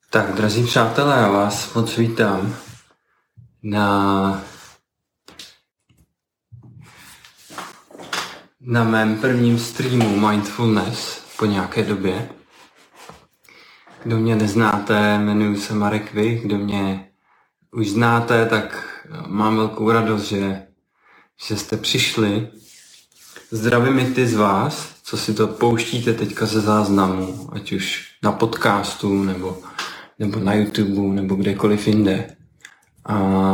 Tak, drazí přátelé, já vás moc vítám na mém prvním streamu Mindfulness po nějaké době. Kdo mě neznáte, jmenuji se Marek Vich, kdo mě už znáte, tak mám velkou radost, že jste přišli. Zdravím i ty z vás, co si to pouštíte teďka ze záznamu, ať už na podcastu, nebo na YouTube, nebo kdekoliv jinde. A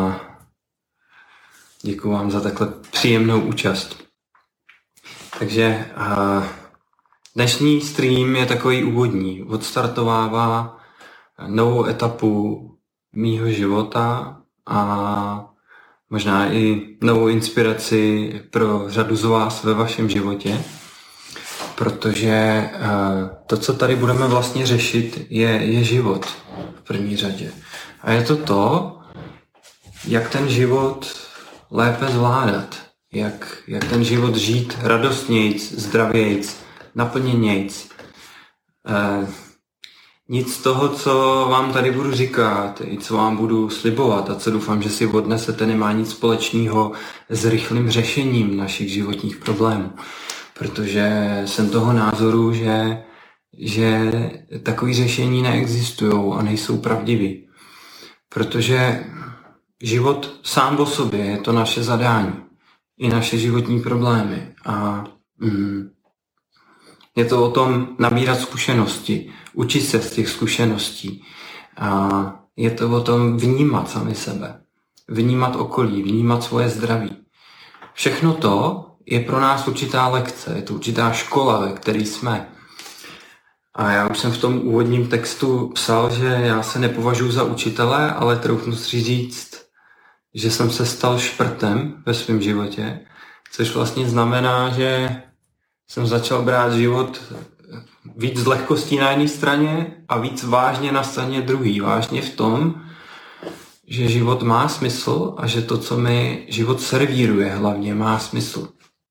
děkuji vám za takhle příjemnou účast. Takže dnešní stream je takový úvodní. Odstartovává novou etapu mýho života a možná i novou inspiraci pro řadu z vás ve vašem životě. Protože to, co tady budeme vlastně řešit, je život v první řadě. A je to, jak ten život lépe zvládat. Jak ten život žít radostnějc, zdravějc, naplněnějc. Nic z toho, co vám tady budu říkat, i co vám budu slibovat a co doufám, že si odnesete, nemá nic společného s rychlým řešením našich životních problémů. Protože jsem toho názoru, že takové řešení neexistují a nejsou pravdivý. Protože život sám o sobě je to naše zadání. I naše životní problémy. A je to o tom nabírat zkušenosti, učit se z těch zkušeností. A je to o tom vnímat sami sebe, vnímat okolí, vnímat svoje zdraví. Všechno to je pro nás určitá lekce, je to určitá škola, ve které jsme. A já už jsem v tom úvodním textu psal, že já se nepovažuji za učitele, ale troufnu si říct, že jsem se stal šprtem ve svém životě, což vlastně znamená, že jsem začal brát život víc z lehkostí na jedné straně a víc vážně na straně druhé. Vážně v tom, že život má smysl a že to, co mi život servíruje, hlavně má smysl.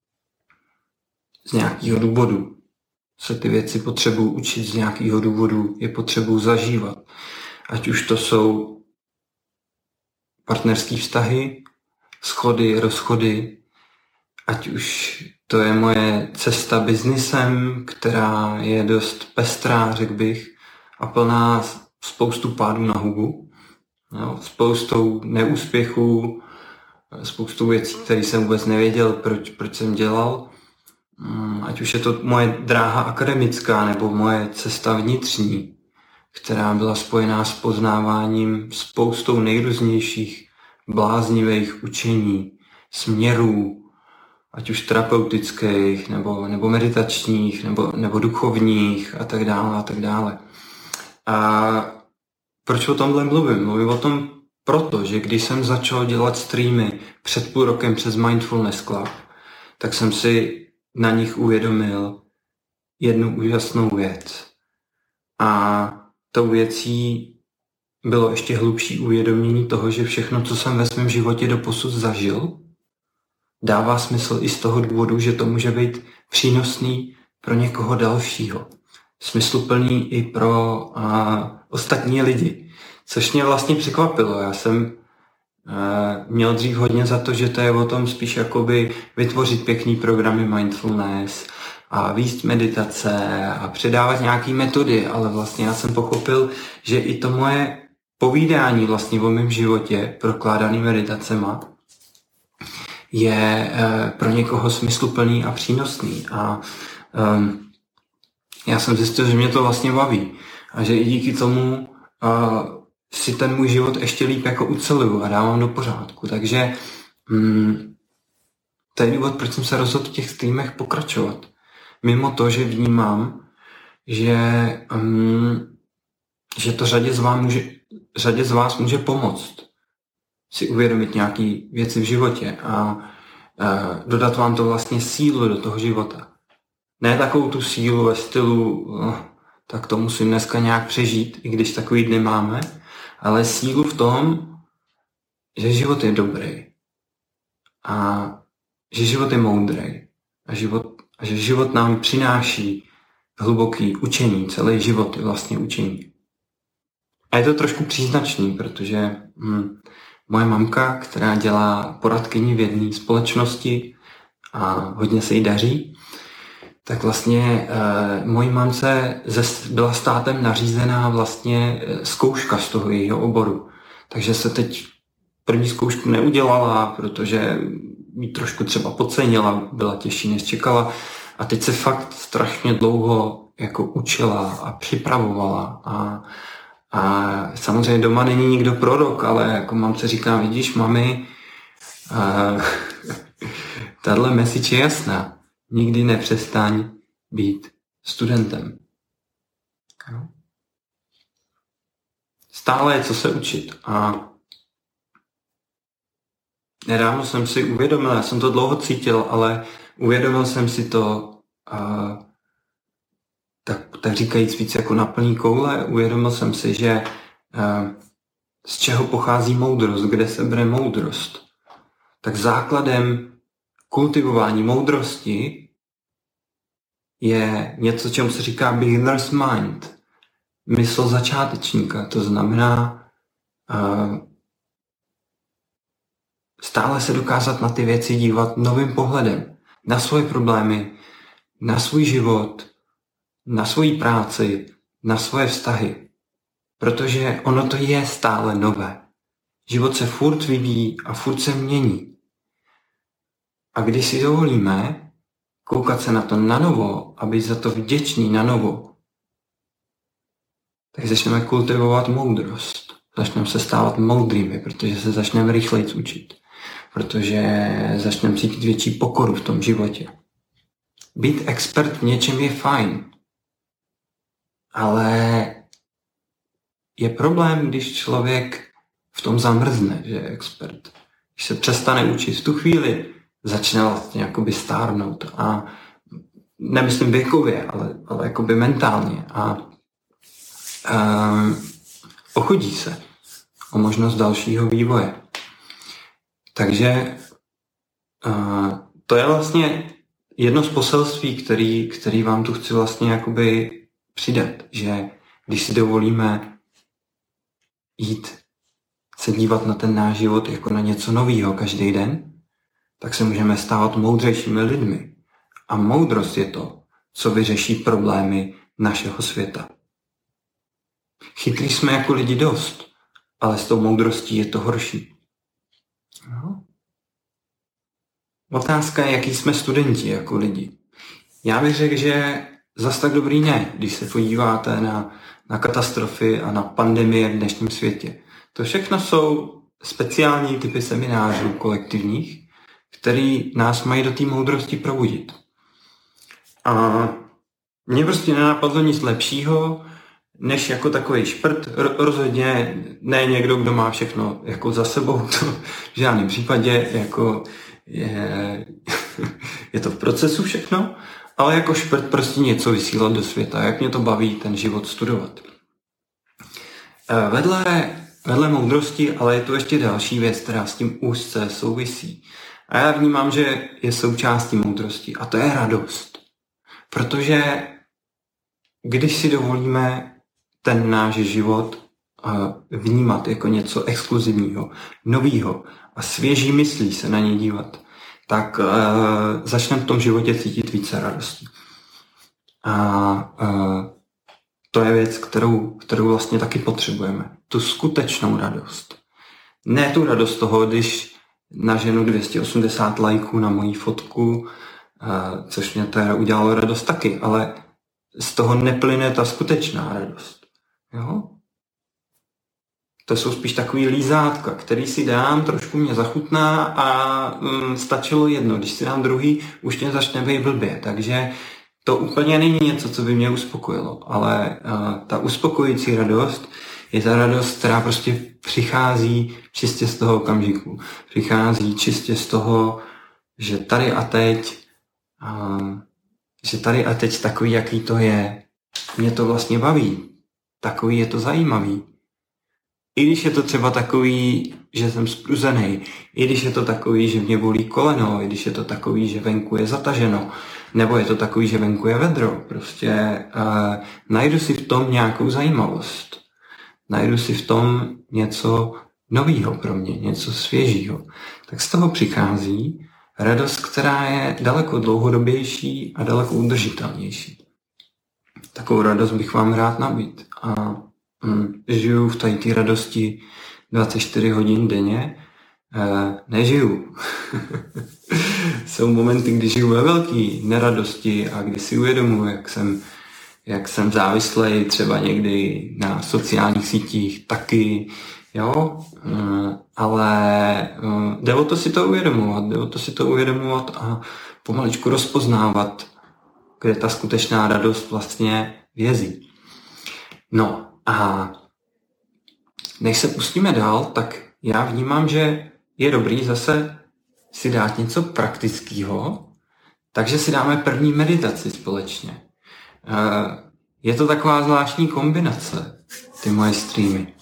Z nějakého důvodu se ty věci potřebuji učit, z nějakého důvodu je potřebuji zažívat. Ať už to jsou partnerské vztahy, schody, rozchody, ať už to je moje cesta biznisem, která je dost pestrá, řekl bych, a plná spoustu pádů na hubu, spoustou neúspěchů, spoustou věcí, které jsem vůbec nevěděl, proč jsem dělal. Ať už je to moje dráha akademická nebo moje cesta vnitřní, která byla spojená s poznáváním spoustou nejrůznějších bláznivých učení, směrů, ať už terapeutických, nebo meditačních, nebo duchovních a tak dále a tak dále. A proč o tomhle mluvím? Mluvím o tom proto, že když jsem začal dělat streamy před půl rokem přes Mindfulness Club, tak jsem si na nich uvědomil jednu úžasnou věc. A tou věcí bylo ještě hlubší uvědomění toho, že všechno, co jsem ve svém životě doposud zažil, dává smysl i z toho důvodu, že to může být přínosný pro někoho dalšího. Smysluplný i pro ostatní lidi. Což mě vlastně překvapilo. Já jsem měl dřív hodně za to, že to je o tom spíš jakoby vytvořit pěkný programy mindfulness a víc meditace a předávat nějaký metody, ale vlastně já jsem pochopil, že i to moje povídání vlastně o mém životě prokládaný meditacema je pro někoho smysluplný a přínosný. A já jsem zjistil, že mě to vlastně baví a že i díky tomu si ten můj život ještě líp jako uceluju a dávám do pořádku. Takže to je důvod, proč jsem se rozhodl v těch streamech pokračovat. Mimo to, že vnímám, že to řadě z vás může pomoct si uvědomit nějaké věci v životě a dodat vám to vlastně sílu do toho života. Ne takovou tu sílu ve stylu, tak to musím dneska nějak přežít, i když takový dny máme, ale sílu v tom, že život je dobrý a že život je moudrý a že život nám přináší hluboký učení, celý život je vlastně učení. A je to trošku příznačný, protože moje mamka, která dělá poradkyni v jedné společnosti a hodně se jí daří, tak vlastně mojí mamce byla státem nařízená vlastně zkouška z toho jejího oboru. Takže se teď první zkoušku neudělala, protože ji trošku třeba podcenila, byla těžší než čekala. A teď se fakt strašně dlouho jako učila a připravovala. A samozřejmě doma není nikdo prorok, ale jako mamce říkám, vidíš, mami, tahle message je jasná. Nikdy nepřestaň být studentem. Stále je co se učit. A nedávno jsem si uvědomil, já jsem to dlouho cítil, ale uvědomil jsem si to tak říkajíc víc jako na plný koule. Uvědomil jsem si, že z čeho pochází moudrost, kde se bere moudrost. Tak základem kultivování moudrosti je něco, čemu se říká beginner's mind. Mysl začátečníka. To znamená stále se dokázat na ty věci dívat novým pohledem. Na svoje problémy, na svůj život, na svoji práci, na svoje vztahy. Protože ono to je stále nové. Život se furt vyvíjí a furt se mění. A když si dovolíme koukat se na to nanovo a být za to vděční nanovo, tak začneme kultivovat moudrost. Začneme se stávat moudrými, protože se začneme rychleji učit. Protože začneme cítit větší pokoru v tom životě. Být expert v něčem je fajn. Ale je problém, když člověk v tom zamrzne, že je expert. Když se přestane učit, v tu chvíli začne vlastně jakoby stárnout. A nemyslím věkově, ale jakoby mentálně. A ochudí se o možnost dalšího vývoje. Takže to je vlastně jedno z poselství, který vám tu chci vlastně jakoby přidat, že když si dovolíme jít se dívat na ten náš život jako na něco nového každý den, tak se můžeme stávat moudřejšími lidmi. A moudrost je to, co vyřeší problémy našeho světa. Chytrý jsme jako lidi dost, ale s tou moudrostí je to horší. No. Otázka je, jaký jsme studenti jako lidi. Já bych řekl, že zas tak dobrý ne, když se podíváte na katastrofy a na pandemie v dnešním světě. To všechno jsou speciální typy seminářů kolektivních, který nás mají do té moudrosti probudit. A mně prostě nenapadlo nic lepšího, než jako takový šprt. Rozhodně ne někdo, kdo má všechno jako za sebou, to v žádném případě jako je to v procesu všechno, ale jako šprt prostě něco vysílat do světa, jak mě to baví ten život studovat. Vedle moudrosti, ale je tu ještě další věc, která s tím úzce souvisí. A já vnímám, že je součástí moudrosti a to je radost. Protože když si dovolíme ten náš život vnímat jako něco exkluzivního, novýho a svěží myslí se na ně dívat, tak začneme v tom životě cítit více radosti. A to je věc, kterou vlastně taky potřebujeme. Tu skutečnou radost. Ne tu radost toho, když naženu 280 lajků na moji fotku, což mě teda udělalo radost taky, ale z toho neplyne ta skutečná radost. Jo? To jsou spíš takový lízátka, který si dám, trošku mě zachutná a stačilo jedno. Když si dám druhý, už mě začne být blbě. Takže to úplně není něco, co by mě uspokojilo. Ale ta uspokojící radost je ta radost, která prostě přichází čistě z toho okamžiku. Přichází čistě z toho, že tady a teď takový, jaký to je, mě to vlastně baví. Takový je to zajímavý. I když je to třeba takový, že jsem spruzený, i když je to takový, že mě bolí koleno, i když je to takový, že venku je zataženo, nebo je to takový, že venku je vedro. Prostě najdu si v tom nějakou zajímavost. najdu si v tom něco novýho pro mě, něco svěžího, tak z toho přichází radost, která je daleko dlouhodobější a daleko udržitelnější. Takovou radost bych vám rád nabít. A žiju v té radosti 24 hodin denně. Nežiju. Jsou momenty, kdy žiju ve velké neradosti a kdy si uvědomuji, jak jsem závislý třeba někdy na sociálních sítích taky, jo, ale jde o to si to uvědomovat a pomaličku rozpoznávat, kde ta skutečná radost vlastně vězí. No a než se pustíme dál, tak já vnímám, že je dobrý zase si dát něco praktického, takže si dáme první meditaci společně. Je to taková zvláštní kombinace, ty moje streamy.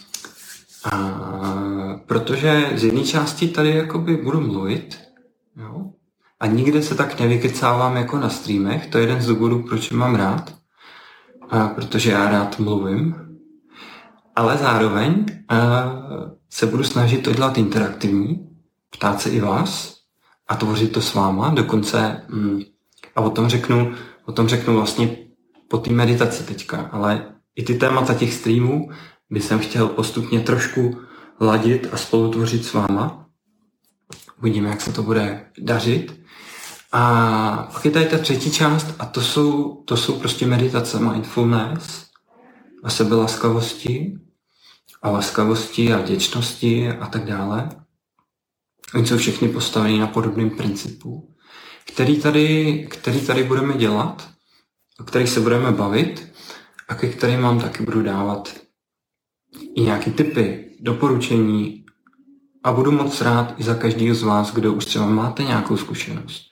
Protože z jedné části tady jakoby budu mluvit, jo? A nikde se tak nevykecávám jako na streamech, to je jeden z důvodů, proč mám rád, protože já rád mluvím, ale zároveň se budu snažit to dělat interaktivní, ptát se i vás a tvořit to s váma, dokonce a o tom řeknu vlastně po té meditaci teďka, ale i ty témata těch streamů by jsem chtěl postupně trošku ladit a spolutvořit s váma. Uvidíme, jak se to bude dařit. A pak je tady ta třetí část a to jsou prostě meditace mindfulness a sebelaskavosti a laskavosti a vděčnosti a tak dále. Oni jsou všechny postaveny na podobném principu, který tady budeme dělat, o kterých se budeme bavit a ke kterým vám taky budu dávat i nějaké tipy, doporučení a budu moc rád i za každého z vás, kdo už třeba máte nějakou zkušenost,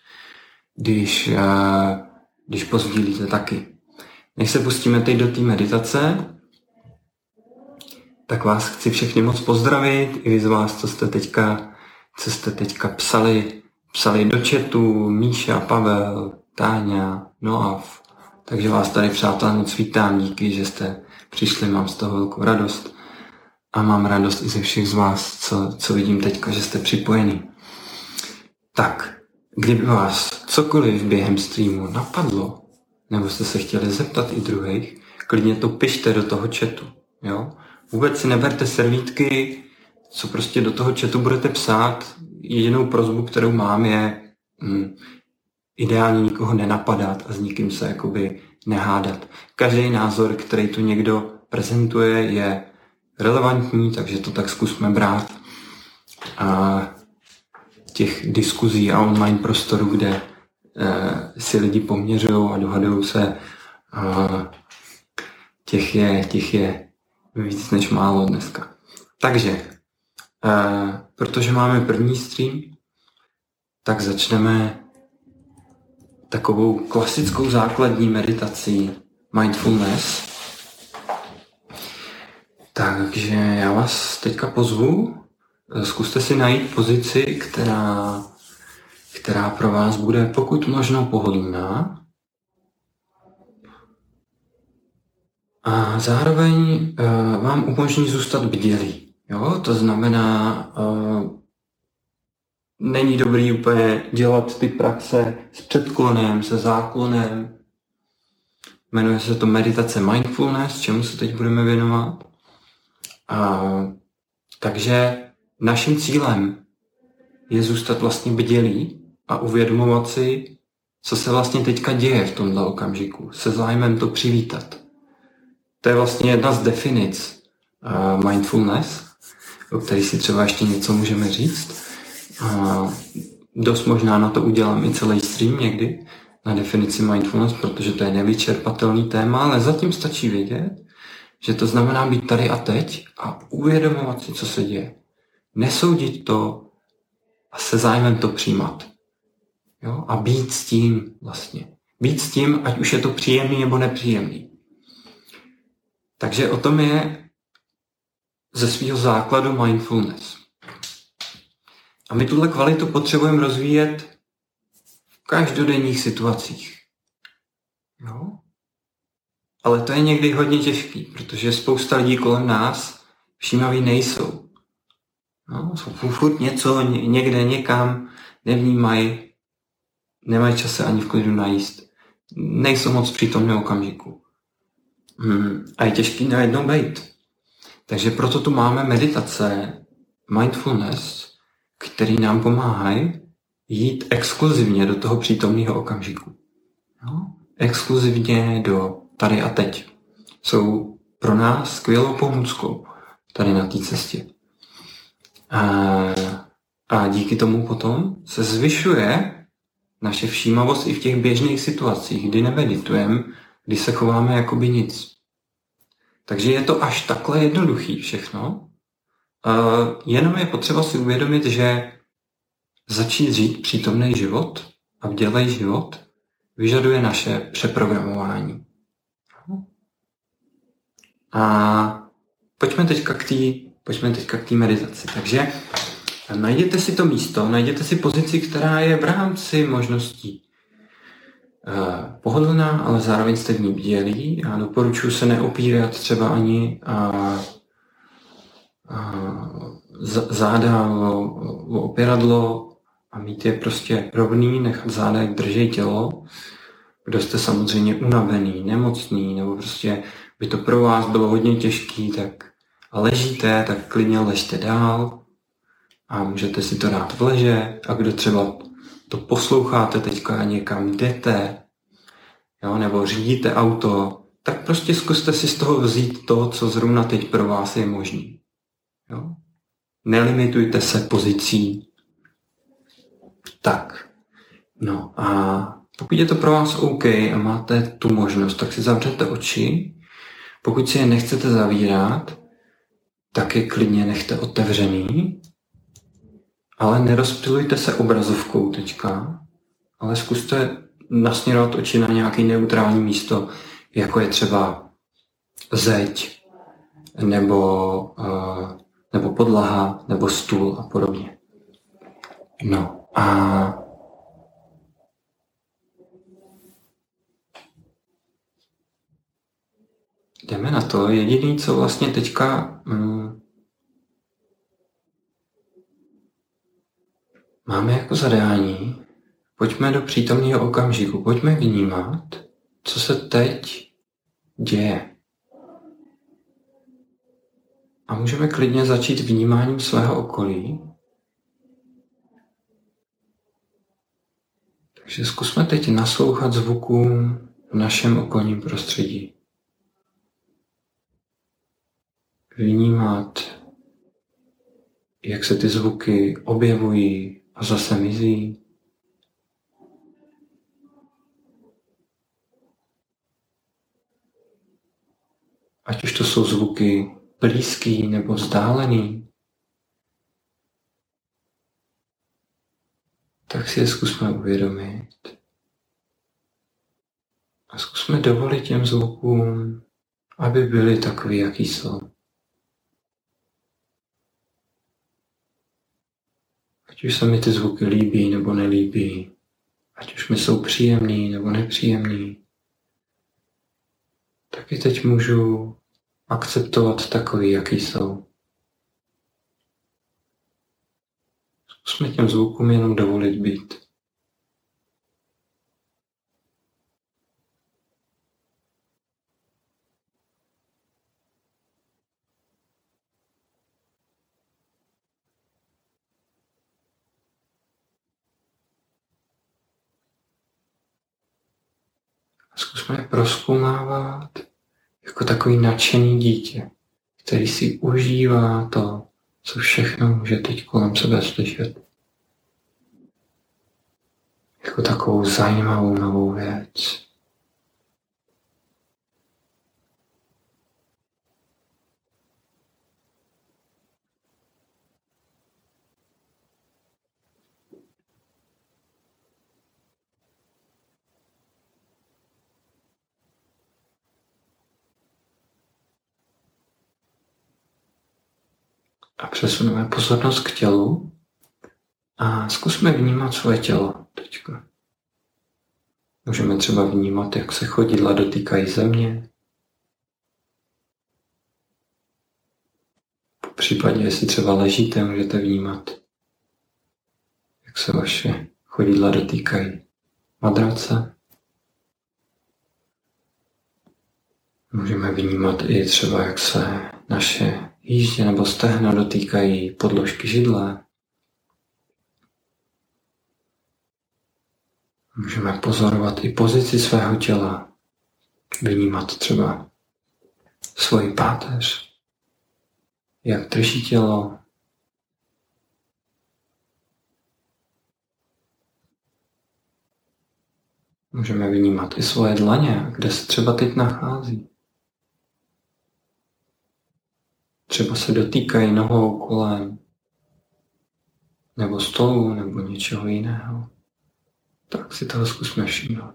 když pozdílíte taky. Než se pustíme teď do té meditace, tak vás chci všechny moc pozdravit, i vy z vás, co jste teďka psali do chatu, Míša, Pavel, Táňa, Noav. Takže vás tady, přátelé, moc vítám, díky, že jste přišli, mám z toho velkou radost. A mám radost i ze všech z vás, co vidím teďka, že jste připojení. Tak, kdyby vás cokoliv během streamu napadlo, nebo jste se chtěli zeptat i druhých, klidně to pište do toho chatu. Jo? Vůbec si neberte servítky, co prostě do toho chatu budete psát. Jedinou prosbu, kterou mám, je ideálně nikoho nenapadat a s nikým se jakoby nehádat. Každý názor, který tu někdo prezentuje, je relevantní, takže to tak zkusme brát. A těch diskuzí a online prostoru, kde si lidi poměřují a dohadují se, těch je víc než málo dneska. Takže, protože máme první stream, tak začneme takovou klasickou základní meditací mindfulness. Takže já vás teďka pozvu, zkuste si najít pozici, která pro vás bude pokud možno pohodlná. A zároveň vám umožní zůstat bdělý. Jo? To znamená, není dobrý úplně dělat ty praxe s předklonem, se záklonem. Jmenuje se to meditace mindfulness, čemu se teď budeme věnovat. Takže naším cílem je zůstat vlastně bdělý a uvědomovat si, co se vlastně teďka děje v tomto okamžiku. Se zájmem to přivítat. To je vlastně jedna z definic mindfulness, o který si třeba ještě něco můžeme říct. Dost možná na to udělám i celý stream někdy, na definici mindfulness, protože to je nevyčerpatelný téma, ale zatím stačí vědět, že to znamená být tady a teď a uvědomovat si, co se děje. Nesoudit to a se zájmem to přijímat. Jo? A být s tím vlastně. Být s tím, ať už je to příjemný nebo nepříjemný. Takže o tom je ze svého základu mindfulness. A my tuhle kvalitu potřebujeme rozvíjet v každodenních situacích. Jo? Ale to je někdy hodně těžký, protože spousta lidí kolem nás všímaví nejsou. No, jsou furt něco, někde, někam, nevnímají, nemají čas se ani v klidu najíst. Nejsou moc přítomné okamžiku. A je těžký najednou být. Takže proto tu máme meditace, mindfulness, který nám pomáhají jít exkluzivně do toho přítomného okamžiku. No? Exkluzivně do tady a teď. Jsou pro nás skvělou pomůckou tady na té cestě. A díky tomu potom se zvyšuje naše všímavost i v těch běžných situacích, kdy nemeditujeme, kdy se chováme jakoby nic. Takže je to až takhle jednoduchý všechno. Jenom je potřeba si uvědomit, že začít žít přítomný život a vdělej život vyžaduje naše přeprogramování. A pojďme teďka k té meditaci. Takže najděte si to místo, najděte si pozici, která je v rámci možností pohodlná, ale zároveň jste v ní bdělí a doporučuji se neopírat třeba ani záda o opěradlo a mít je prostě rovný, nechat záda, jak drží tělo. Kdo jste samozřejmě unavený, nemocný, nebo prostě by to pro vás bylo hodně těžký, tak a ležíte, tak klidně ležte dál a můžete si to dát v leže. A kdo třeba to posloucháte teďka a někam jdete, jo, nebo řídíte auto, tak prostě zkuste si z toho vzít to, co zrovna teď pro vás je možný. Jo? Nelimitujte se pozicí. Tak. No a pokud je to pro vás OK a máte tu možnost, tak si zavřete oči. Pokud si je nechcete zavírat, tak je klidně nechte otevřený, ale nerozptylujte se obrazovkou teďka, ale zkuste nasměrovat oči na nějaké neutrální místo, jako je třeba zeď, nebo podlaha, nebo stůl a podobně. No a jdeme na to. Jediný, co vlastně teďka máme jako zadání, pojďme do přítomného okamžiku, pojďme vnímat, co se teď děje. A můžeme klidně začít vnímáním svého okolí. Takže zkusme teď naslouchat zvukům v našem okolním prostředí. Vnímat, jak se ty zvuky objevují a zase mizí. Ať už to jsou zvuky blízký nebo vzdálený, tak si je zkusme uvědomit. A zkusme dovolit těm zvukům, aby byly takový, jaký jsou. Ať už se mi ty zvuky líbí nebo nelíbí, ať už mi jsou příjemný nebo nepříjemný, taky teď můžu akceptovat takový, jaký jsou. Zkusme těm zvukům jenom dovolit být. Zkusme je prozkoumávat jako takový nadšený dítě, který si užívá to, co všechno může teď kolem sebe slyšet. Jako takovou zajímavou novou věc. A přesuneme pozornost k tělu a zkusme vnímat svoje tělo teďka. Můžeme třeba vnímat, jak se chodidla dotýkají země, případě, jestli třeba ležíte, můžete vnímat, jak se vaše chodidla dotýkají madrace. Můžeme vnímat i třeba, jak se naše jíždě nebo stehna dotýkají podložky židle. Můžeme pozorovat i pozici svého těla, vnímat třeba svoji páteř, jak drží tělo. Můžeme vnímat i svoje dlaně, kde se třeba teď nachází. Třeba se dotýkají nohou kolem, nebo stolu, nebo něčeho jiného. Tak si toho zkusme všimnout.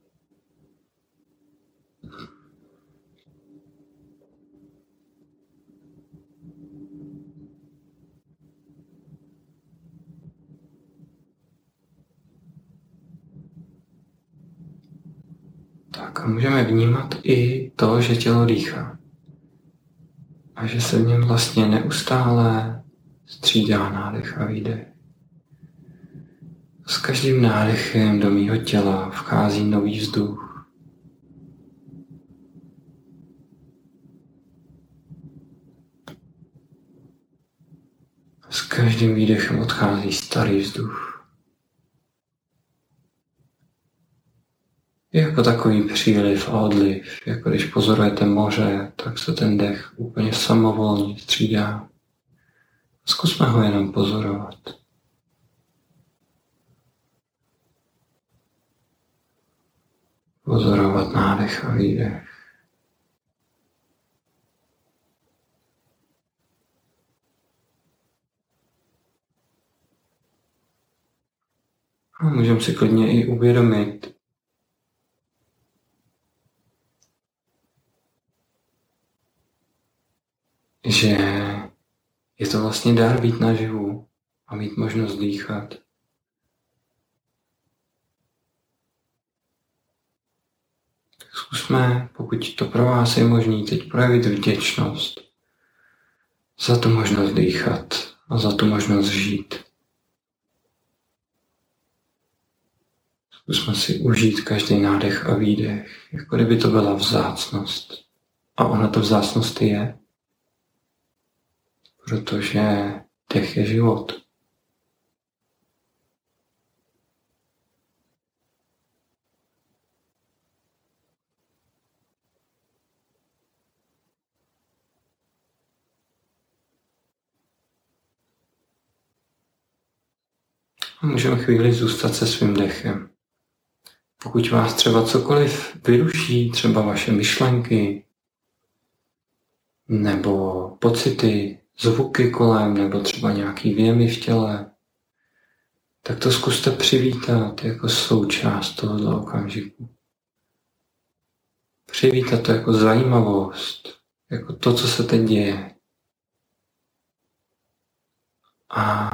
Tak a můžeme vnímat i to, že tělo dýchá. A že se v něm vlastně neustále střídá nádech a výdech. S každým nádechem do mýho těla vchází nový vzduch. S každým výdechem odchází starý vzduch. Je jako takový příliv a odliv, jako když pozorujete moře, tak se ten dech úplně samovolně střídá. Zkusme ho jenom pozorovat. Pozorovat nádech a výdech. A můžeme si klidně i uvědomit, že je to vlastně dar být naživu a mít možnost dýchat. Tak zkusme, pokud to pro vás je možné, teď projevit vděčnost za tu možnost dýchat a za tu možnost žít. Zkusme si užít každý nádech a výdech, jako kdyby to byla vzácnost. A ona to vzácnost je, protože dech je život. A můžeme chvíli zůstat se svým dechem. Pokud vás třeba cokoliv vyruší, třeba vaše myšlenky, nebo pocity, zvuky kolem, nebo třeba nějaký věmy v těle, tak to zkuste přivítat jako součást tohoto okamžiku. Přivítat to jako zajímavost, jako to, co se teď děje. A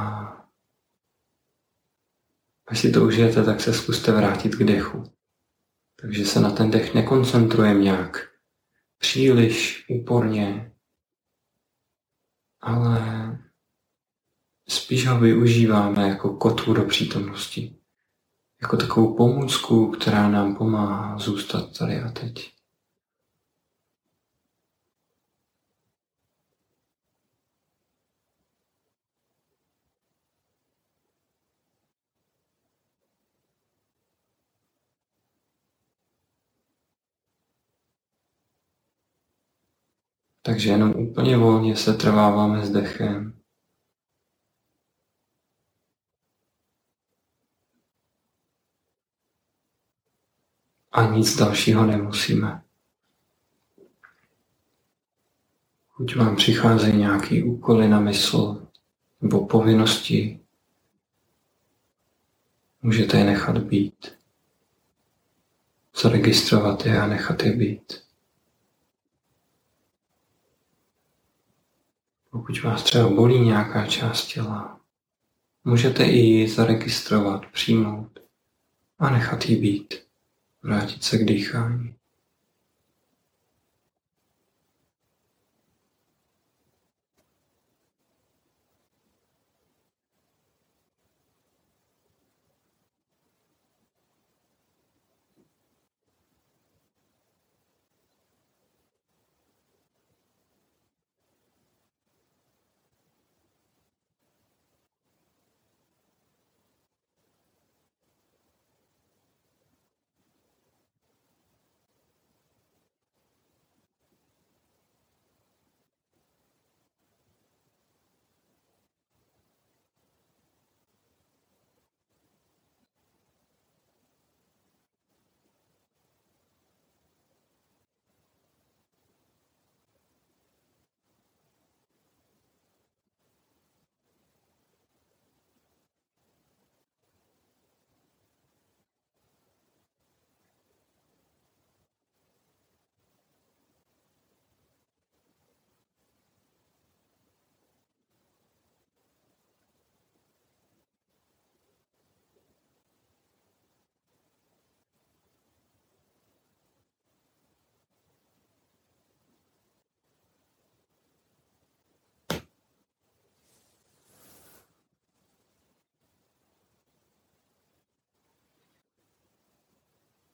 až si to užijete, tak se zkuste vrátit k dechu. Takže se na ten dech nekoncentrujeme nějak příliš úporně, ale spíš ho využíváme jako kotvu do přítomnosti. Jako takovou pomůcku, která nám pomáhá zůstat tady a teď. Takže jenom úplně volně se trváváme s dechem. A nic dalšího nemusíme. Pokud vám přicházejí nějaké úkoly na mysl nebo povinnosti, můžete je nechat být. Zaregistrovat je a nechat je být. Pokud vás třeba bolí nějaká část těla, můžete i ji zaregistrovat, přijmout a nechat ji být. Vrátit se k dýchání.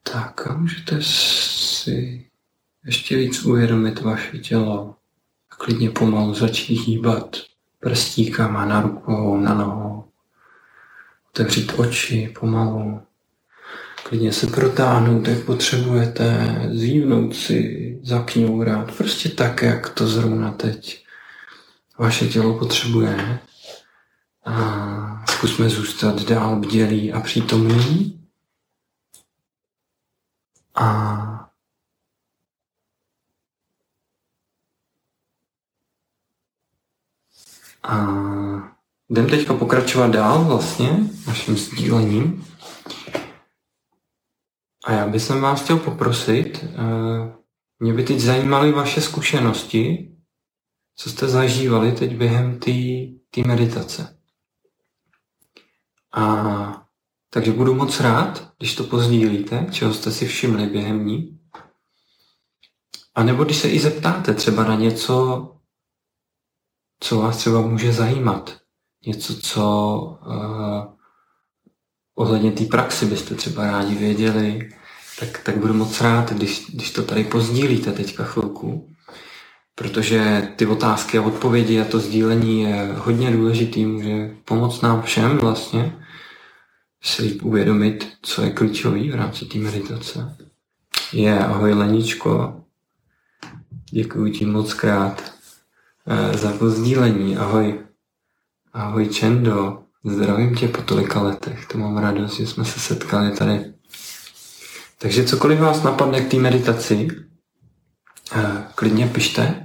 Tak a můžete si ještě víc uvědomit vaše tělo a klidně pomalu začít hýbat prstíkama na rukou, na nohou. Otevřít oči pomalu. Klidně se protáhnout, jak potřebujete, zhývnout si, zakňourat, prostě tak, jak to zrovna teď vaše tělo potřebuje. A zkusme zůstat dál bdělí a přítomní. A jdem teďka pokračovat dál vlastně naším sdílením. A já bych vás chtěl poprosit, mě by teď zajímaly vaše zkušenosti, co jste zažívali teď během té meditace. Takže budu moc rád, když to pozdílíte, čeho jste si všimli během ní. A nebo když se i zeptáte třeba na něco, co vás třeba může zajímat. Něco, co ohledně té praxi byste třeba rádi věděli, tak budu moc rád, když to tady pozdílíte teďka chvilku. Protože ty otázky a odpovědi a to sdílení je hodně důležitý, může pomoct nám všem vlastně si líp uvědomit, co je klíčový v rámci té meditace. Ahoj Leničko, děkuji ti moc krát za pozdílení. Ahoj Čendo, zdravím tě po tolika letech, to mám radost, že jsme se setkali tady. Takže cokoliv vás napadne k té meditaci, klidně pište.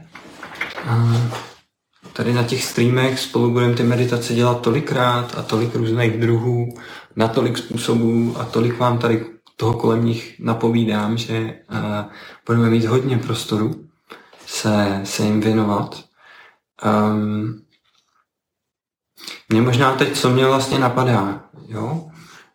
Tady na těch streamech spolu budeme ty meditace dělat tolikrát a tolik různých druhů, na tolik způsobů a tolik vám tady toho kolem nich napovídám, že budeme mít hodně prostoru se jim věnovat. Mě možná teď, co mě vlastně napadá, jo?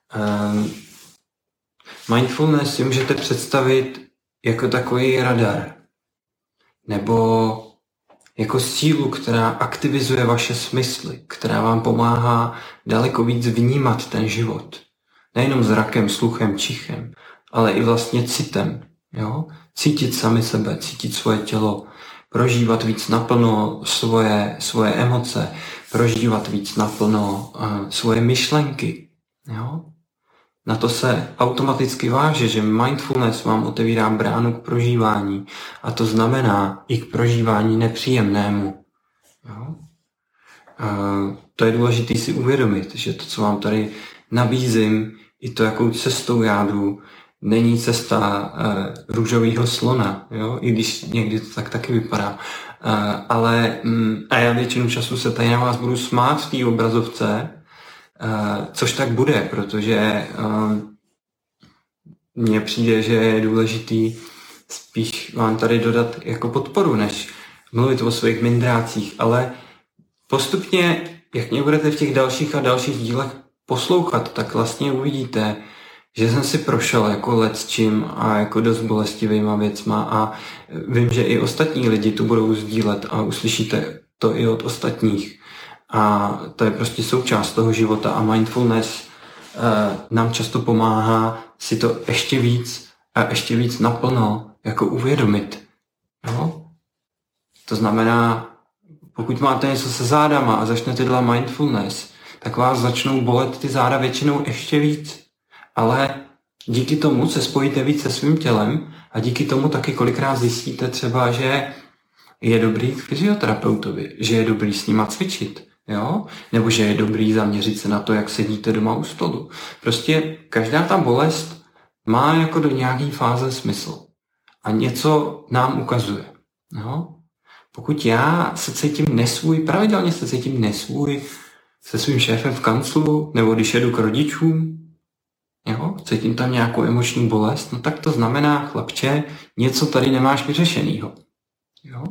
Mindfulness si můžete představit jako takový radar, nebo jako sílu, která aktivizuje vaše smysly, která vám pomáhá daleko víc vnímat ten život. Nejenom zrakem, sluchem, čichem, ale i vlastně citem. Jo? Cítit sami sebe, cítit svoje tělo, prožívat víc naplno svoje emoce, prožívat víc naplno svoje myšlenky. Jo? Na to se automaticky váže, že mindfulness vám otevírá bránu k prožívání a to znamená i k prožívání nepříjemnému. Jo? To je důležité si uvědomit, že to, co vám tady nabízím, i to, jakou cestou já jdu, není cesta růžového slona, jo? I když někdy to tak taky vypadá. A já většinu času se tady na vás budu smát v té obrazovce, což tak bude, protože mně přijde, že je důležitý spíš vám tady dodat jako podporu, než mluvit o svých mindrácích, ale postupně, jak mě budete v těch dalších a dalších dílech poslouchat, tak vlastně uvidíte, že jsem si prošel jako lecčím a jako dost bolestivýma věcma a vím, že i ostatní lidi tu budou sdílet a uslyšíte to i od ostatních. A to je prostě součást toho života a mindfulness nám často pomáhá si to ještě víc naplno jako uvědomit. Jo? To znamená, pokud máte něco se zádama a začnete dělat mindfulness, tak vás začnou bolet ty záda většinou ještě víc. Ale díky tomu se spojíte víc se svým tělem a díky tomu taky kolikrát zjistíte třeba, že je dobrý k fyzioterapeutovi, že je dobrý s nima cvičit. Jo? Nebo že je dobrý zaměřit se na to, jak sedíte doma u stolu. Prostě každá ta bolest má jako do nějaký fáze smysl. A něco nám ukazuje. Jo? Pokud já se cítím nesvůj, pravidelně se cítím nesvůj se svým šéfem v kanclu, nebo když jedu k rodičům, jo? Cítím tam nějakou emoční bolest, no tak to znamená, chlapče, něco tady nemáš vyřešenýho. Jo?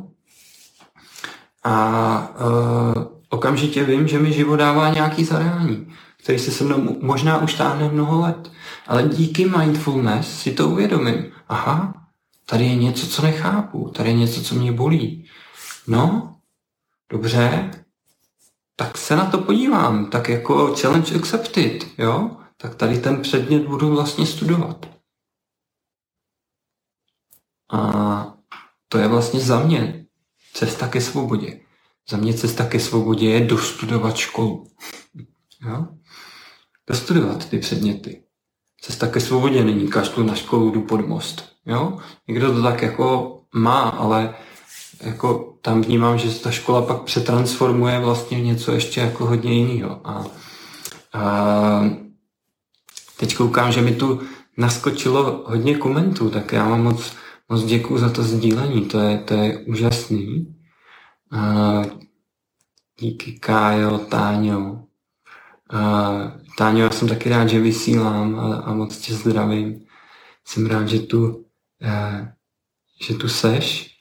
Okamžitě vím, že mi život dává nějaký zadání, který se mnou možná už táhne mnoho let. Ale díky mindfulness si to uvědomím. Aha, tady je něco, co nechápu, tady je něco, co mě bolí. No, dobře, tak se na to podívám, tak jako challenge accepted, jo? Tak tady ten předmět budu vlastně studovat. A to je vlastně za mě cesta ke svobodě. Za mě cesta ke svobodě je dostudovat školu. Jo? Dostudovat ty předměty. Cesta ke svobodě není kašlu na školu, jdu pod most. Jo? Někdo to tak jako má, ale jako tam vnímám, že se ta škola pak přetransformuje vlastně v něco ještě jako hodně jiného. A teď koukám, že mi tu naskočilo hodně komentů, tak já vám moc děkuju za to sdílení, to je úžasný. Díky Kájo, Táňo. Táňo, já jsem taky rád, že vysílám a moc tě zdravím. Jsem rád, že tu seš.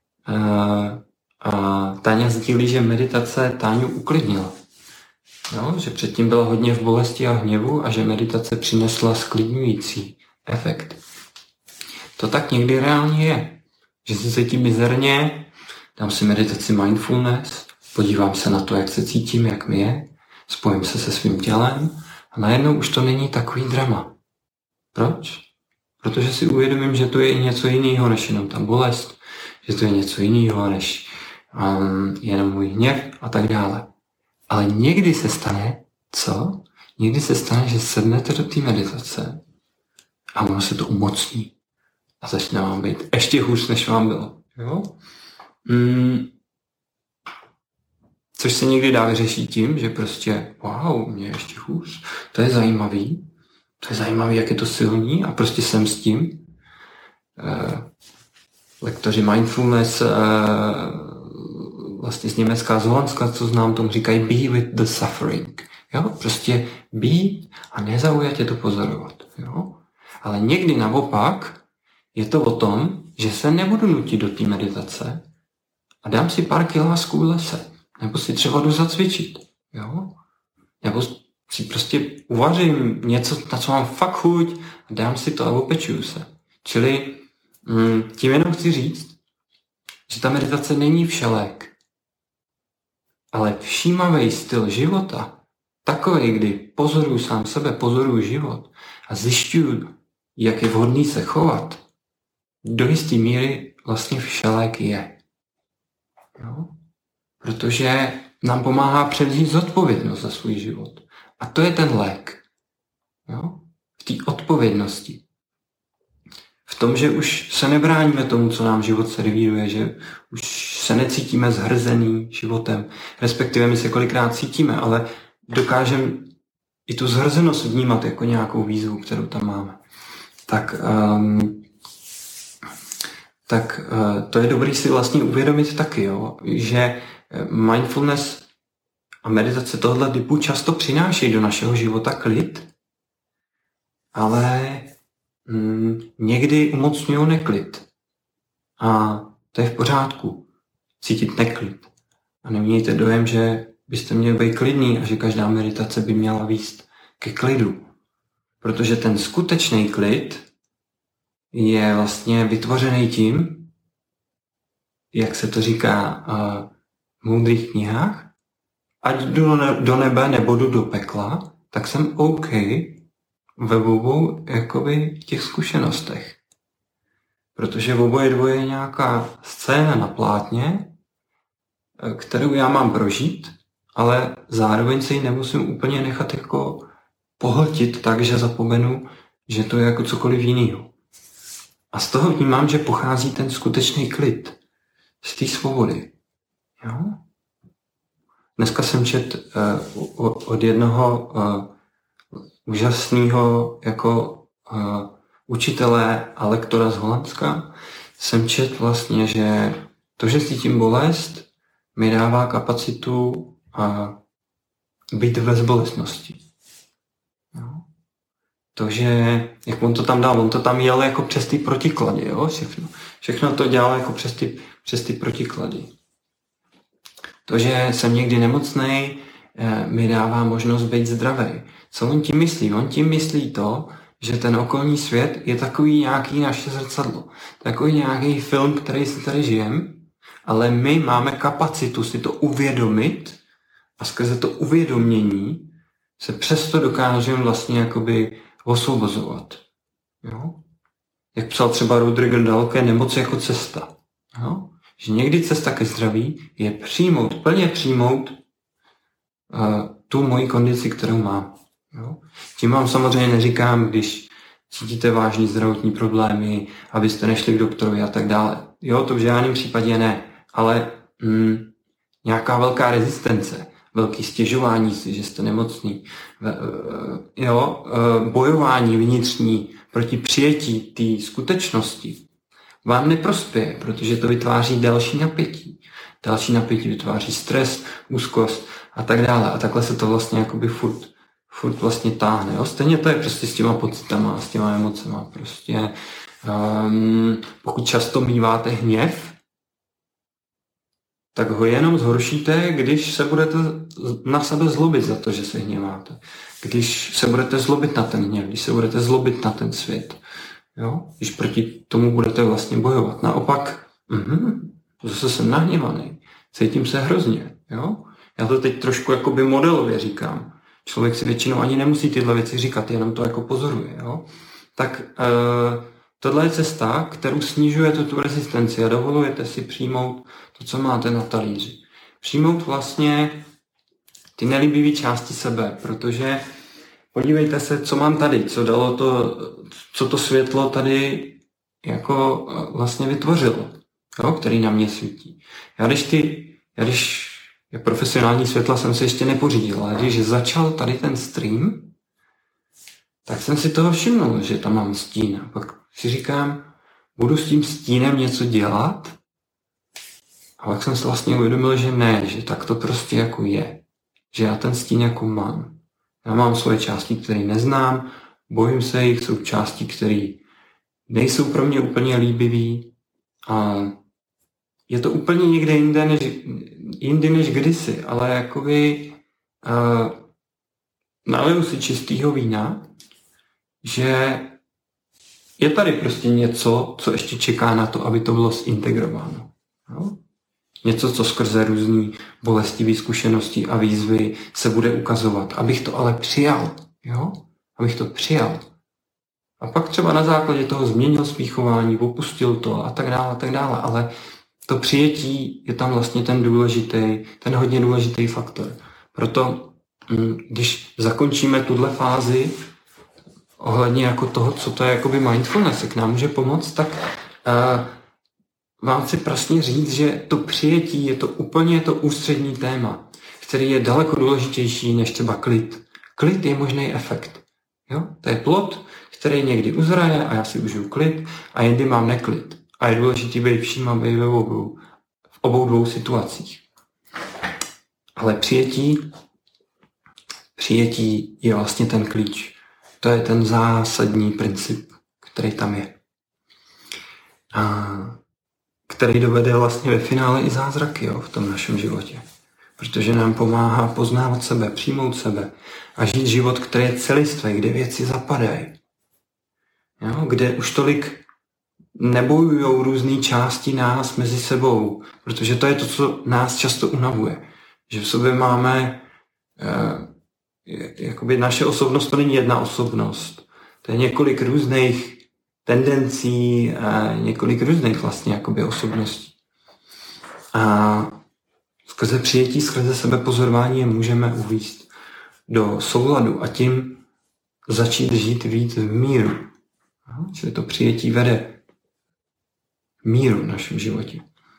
A Táňa sdílí, že meditace Táňu uklidnila. No, že předtím byla hodně v bolesti a hněvu a že meditace přinesla sklidňující efekt. To tak někdy reálně je. Že se cítím mizerně, dám si meditaci mindfulness, podívám se na to, jak se cítím, jak mi je, spojím se se svým tělem a najednou už to není takový drama. Proč? Protože si uvědomím, že to je i něco jiného, než jenom ta bolest, že to je něco jiného, než jenom můj hněv a tak dále. Ale někdy se stane, co? Někdy se stane, že sednete do té meditace a ono se to umocní. A začne vám být ještě hůř, než vám bylo. Jo? Což se někdy dá vyřešit tím, že prostě wow, mě je ještě hůř. To je zajímavý. To je zajímavý, jak je to silný a prostě jsem s tím. Lektoři mindfulness vlastně z Německa, z Holandska, co znám, tomu říkají be with the suffering. Jo? Prostě být a nezaujatě to pozorovat. Jo? Ale někdy naopak je to o tom, že se nebudu nutit do té meditace a dám si pár kilásků v lese. Nebo si třeba jdu zacvičit. Jo? Nebo si prostě uvařím něco, na co mám fakt chuť a dám si to a opečuju se. Čili tím jenom chci říct, že ta meditace není všelék. Ale všímavý styl života, takový, kdy pozoruju sám sebe, pozoruju život a zjišťuju, jak je vhodný se chovat, do jisté míry vlastně všelék je. Jo? Protože nám pomáhá převzít zodpovědnost za svůj život. A to je ten lék. Jo? V té odpovědnosti. V tom, že už se nebráníme tomu, co nám život servíruje, že už se necítíme zhrzený životem, respektive my se kolikrát cítíme, ale dokážeme i tu zhrzenost vnímat jako nějakou výzvu, kterou tam máme. Tak to je dobrý si vlastně uvědomit taky, jo? Že mindfulness a meditace tohle typu často přinášejí do našeho života klid, ale někdy umocňují neklid. A to je v pořádku. Cítit neklid. A nemějte dojem, že byste měli být klidný a že každá meditace by měla vést ke klidu. Protože ten skutečný klid je vlastně vytvořený tím, jak se to říká v moudrých knihách, ať jdu do nebe nebo jdu do pekla, tak jsem OK ve obou jakoby těch zkušenostech. Protože v oboje dvoje je nějaká scéna na plátně, kterou já mám prožít, ale zároveň se ji nemusím úplně nechat jako pohltit tak, že zapomenu, že to je jako cokoliv jiného. A z toho vnímám, že pochází ten skutečný klid z té svobody. Jo? Dneska jsem čet od jednoho úžasného jako učitele a lektora z Holandska, jsem čet vlastně, že to, že cítím bolest, mi dává kapacitu být v bezbolestnosti. Jo? To, že, jak on to tam dal, on to tam jel jako přes ty protiklady, jo? Všechno to dělal jako přes ty protiklady. To, že jsem někdy nemocnej, mi dává možnost být zdravý. Co on tím myslí? On tím myslí to, že ten okolní svět je takový nějaký naše zrcadlo. Takový nějaký film, který si tady žijeme, ale my máme kapacitu si to uvědomit a skrze to uvědomění se přesto dokážeme vlastně jakoby osvobozovat. Jo? jak psal třeba Rodrigo Dalke, nemoc jako cesta. Jo? Že někdy cesta ke zdraví je plně přijmout tu moji kondici, kterou mám. Jo? Tím vám samozřejmě neříkám, když cítíte vážný zdravotní problémy, abyste nešli k doktorovi a tak dále. Jo, to v žádném případě ne, ale nějaká velká rezistence, velký stěžování si, že jste nemocný, bojování vnitřní proti přijetí té skutečnosti vám neprospěje, protože to vytváří další napětí. Další napětí vytváří stres, úzkost a tak dále. A takhle se to vlastně jakoby furt vlastně táhne. Jo? Stejně to je prostě s těma pocitama, s těma emocema. Prostě, pokud často míváte hněv, tak ho jenom zhoršíte, když se budete na sebe zlobit za to, že se hněváte. Když se budete zlobit na ten hněv, když se budete zlobit na ten svět. Jo? Když proti tomu budete vlastně bojovat. Naopak, zase jsem nahněvaný, cítím se hrozně. Jo? Já to teď trošku jakoby modelově říkám. Člověk si většinou ani nemusí tyhle věci říkat, jenom to jako pozoruje. Jo? Tak tohle je cesta, kterou snižujete tu rezistenci a dovolujete si přijmout to, co máte na talíři. Přijmout vlastně ty nelíbivé části sebe, protože podívejte se, co mám tady, co to světlo tady jako vlastně vytvořilo, jo, který na mě svítí. Já když profesionální světla jsem si ještě nepořídil, ale když začal tady ten stream, tak jsem si toho všimnul, že tam mám stín. A pak si říkám, budu s tím stínem něco dělat? A pak jsem si vlastně uvědomil, že ne, že tak to prostě jako je. Že já ten stín jako mám. Já mám svoje části, které neznám, bojím se jich, jsou části, které nejsou pro mě úplně líbivý. A je to úplně někde jindy než kdysi, ale jakoby naliju si čistýho vína, že je tady prostě něco, co ještě čeká na to, aby to bylo zintegrováno. Jo? Něco, co skrze různé bolestivé zkušenosti a výzvy se bude ukazovat. Abych to ale přijal. Jo? Abych to přijal. A pak třeba na základě toho změnil svý chování, opustil to a tak dále. Ale to přijetí je tam vlastně ten hodně důležitý faktor. Proto, když zakončíme tuhle fázi ohledně jako toho, co to je jakoby mindfulness, jak nám může pomoct, tak vám chci prostě říct, že to přijetí je to ústřední téma, který je daleko důležitější než třeba klid. Klid je možný efekt. Jo? To je plod, který někdy uzraje a já si užiju klid a jindy mám neklid. A je důležitý být všímavý v obou dvou situacích. Ale přijetí je vlastně ten klíč. To je ten zásadní princip, který tam je. A který dovede vlastně ve finále i zázraky, jo, v tom našem životě. Protože nám pomáhá poznávat sebe, přijmout sebe a žít život, který je celistvý, kde věci zapadají. Jo, kde už tolik nebojujou různé části nás mezi sebou, protože to je to, co nás často unavuje. Že v sobě máme jakoby naše osobnost, to není jedna osobnost. To je několik různých tendencí, několik různých vlastně jakoby osobností. A skrze přijetí, skrze sebepozorování je můžeme uvést do souladu a tím začít žít víc v míru. Čili to přijetí vede míru v našem životě.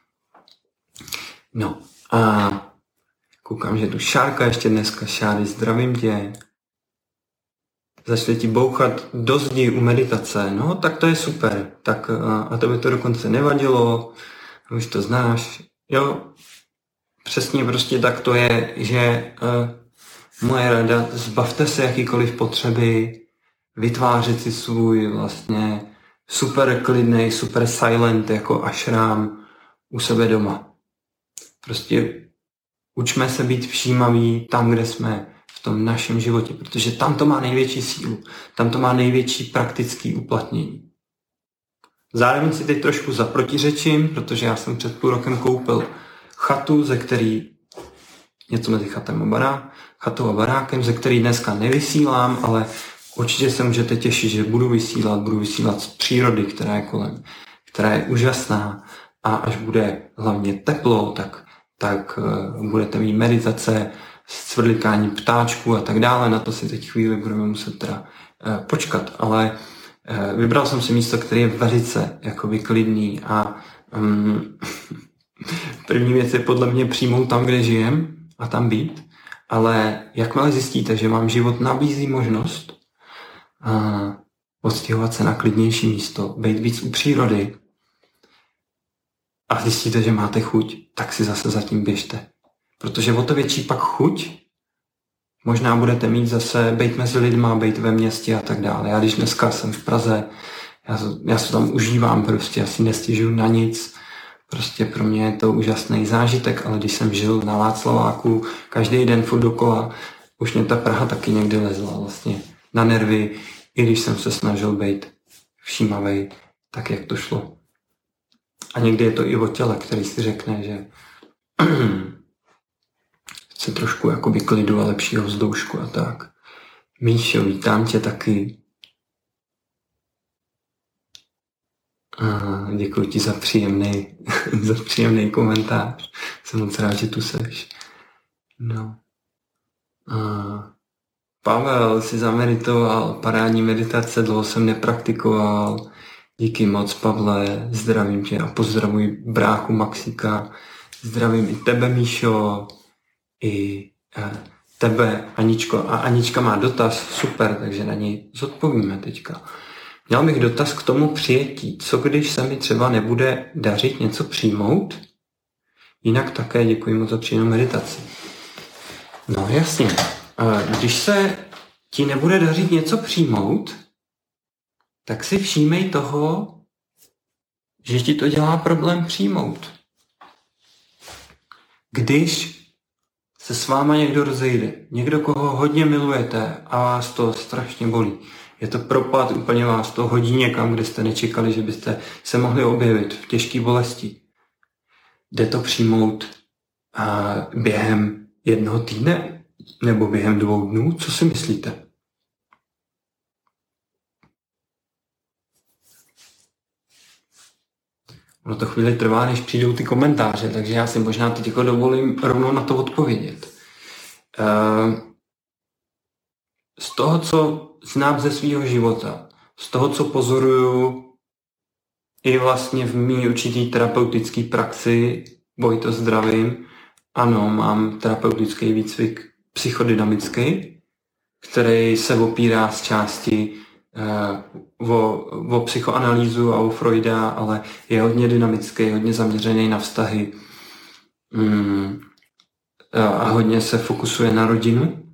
No a koukám, že tu Šárka ještě dneska. Šáry, zdravím tě. Začne ti bouchat do zdi u meditace. No, tak to je super. Tak a tebe to dokonce nevadilo. Už to znáš. Jo, přesně prostě tak to je, že moje rada, zbavte se jakýkoliv potřeby vytvářet si svůj vlastně super klidnej, super silent jako ašrám u sebe doma. Prostě učme se být všímaví tam, kde jsme v tom našem životě, protože tam to má největší sílu, tam to má největší praktický uplatnění. Zároveň si teď trošku zaprotiřečím, protože já jsem před půl rokem koupil chatu, ze který něco mezi chatou a barákem, ze který dneska nevysílám, ale Určitě se můžete těšit, že budu vysílat z přírody, která je kolem, která je úžasná, a až bude hlavně teplo, tak budete mít meditace, cvrlikání ptáčků a tak dále. Na to si teď chvíli budeme muset teda počkat, ale vybral jsem si místo, které je velice jakoby klidný a první věc je podle mě přijmout tam, kde žijem a tam být, ale jakmile zjistíte, že vám život nabízí možnost odstěhovat se na klidnější místo, být víc u přírody a zjistíte, že máte chuť, tak si zase zatím běžte. Protože o to větší pak chuť možná budete mít zase být mezi lidma, být ve městě a tak dále. Já když dneska jsem v Praze, já se tam užívám prostě, já si nestěžuju na nic. Prostě pro mě je to úžasný zážitek, ale když jsem žil na Václaváku každý den furt dokola, už mě ta Praha taky někdy lezla vlastně na nervy, i když jsem se snažil být všímavej, tak jak to šlo. A někdy je to i o těle, který si řekne, že chce trošku jakoby klidu a lepšího vzdušku a tak. Míšo, vítám tě taky. Děkuji ti za příjemný komentář. Jsem moc rád, že tu seš. No. Pavel si zameditoval, parádní meditace, dlouho jsem nepraktikoval. Díky moc, Pavle, zdravím tě a pozdravuji bráchu Maxika. Zdravím i tebe, Míšo, i tebe, Aničko. A Anička má dotaz, super, takže na něj zodpovíme teďka. Měl bych dotaz k tomu přijetí. Co když se mi třeba nebude dařit něco přijmout? Jinak také děkuji moc za příjemnou meditaci. No jasně. Když se ti nebude dařit něco přijmout, tak si všímej toho, že ti to dělá problém přijmout. Když se s váma někdo rozejde, někdo, koho hodně milujete a vás to strašně bolí, je to propad, úplně vás to hodí někam, kde jste nečekali, že byste se mohli objevit v těžké bolesti. Jde to přijmout během 1 týdne nebo během 2 dnů? Co si myslíte? Ono to chvíli trvá, než přijdou ty komentáře, takže já si možná teď jako dovolím rovnou na to odpovědět. Z toho, co znám ze svého života, z toho, co pozoruju i vlastně v mý určitý terapeutický praxi, Vojto zdravím, ano, mám terapeutický výcvik psychodynamický, který se opírá z části o psychoanalýzu a o Freuda, ale je hodně dynamický, hodně zaměřený na vztahy a hodně se fokusuje na rodinu.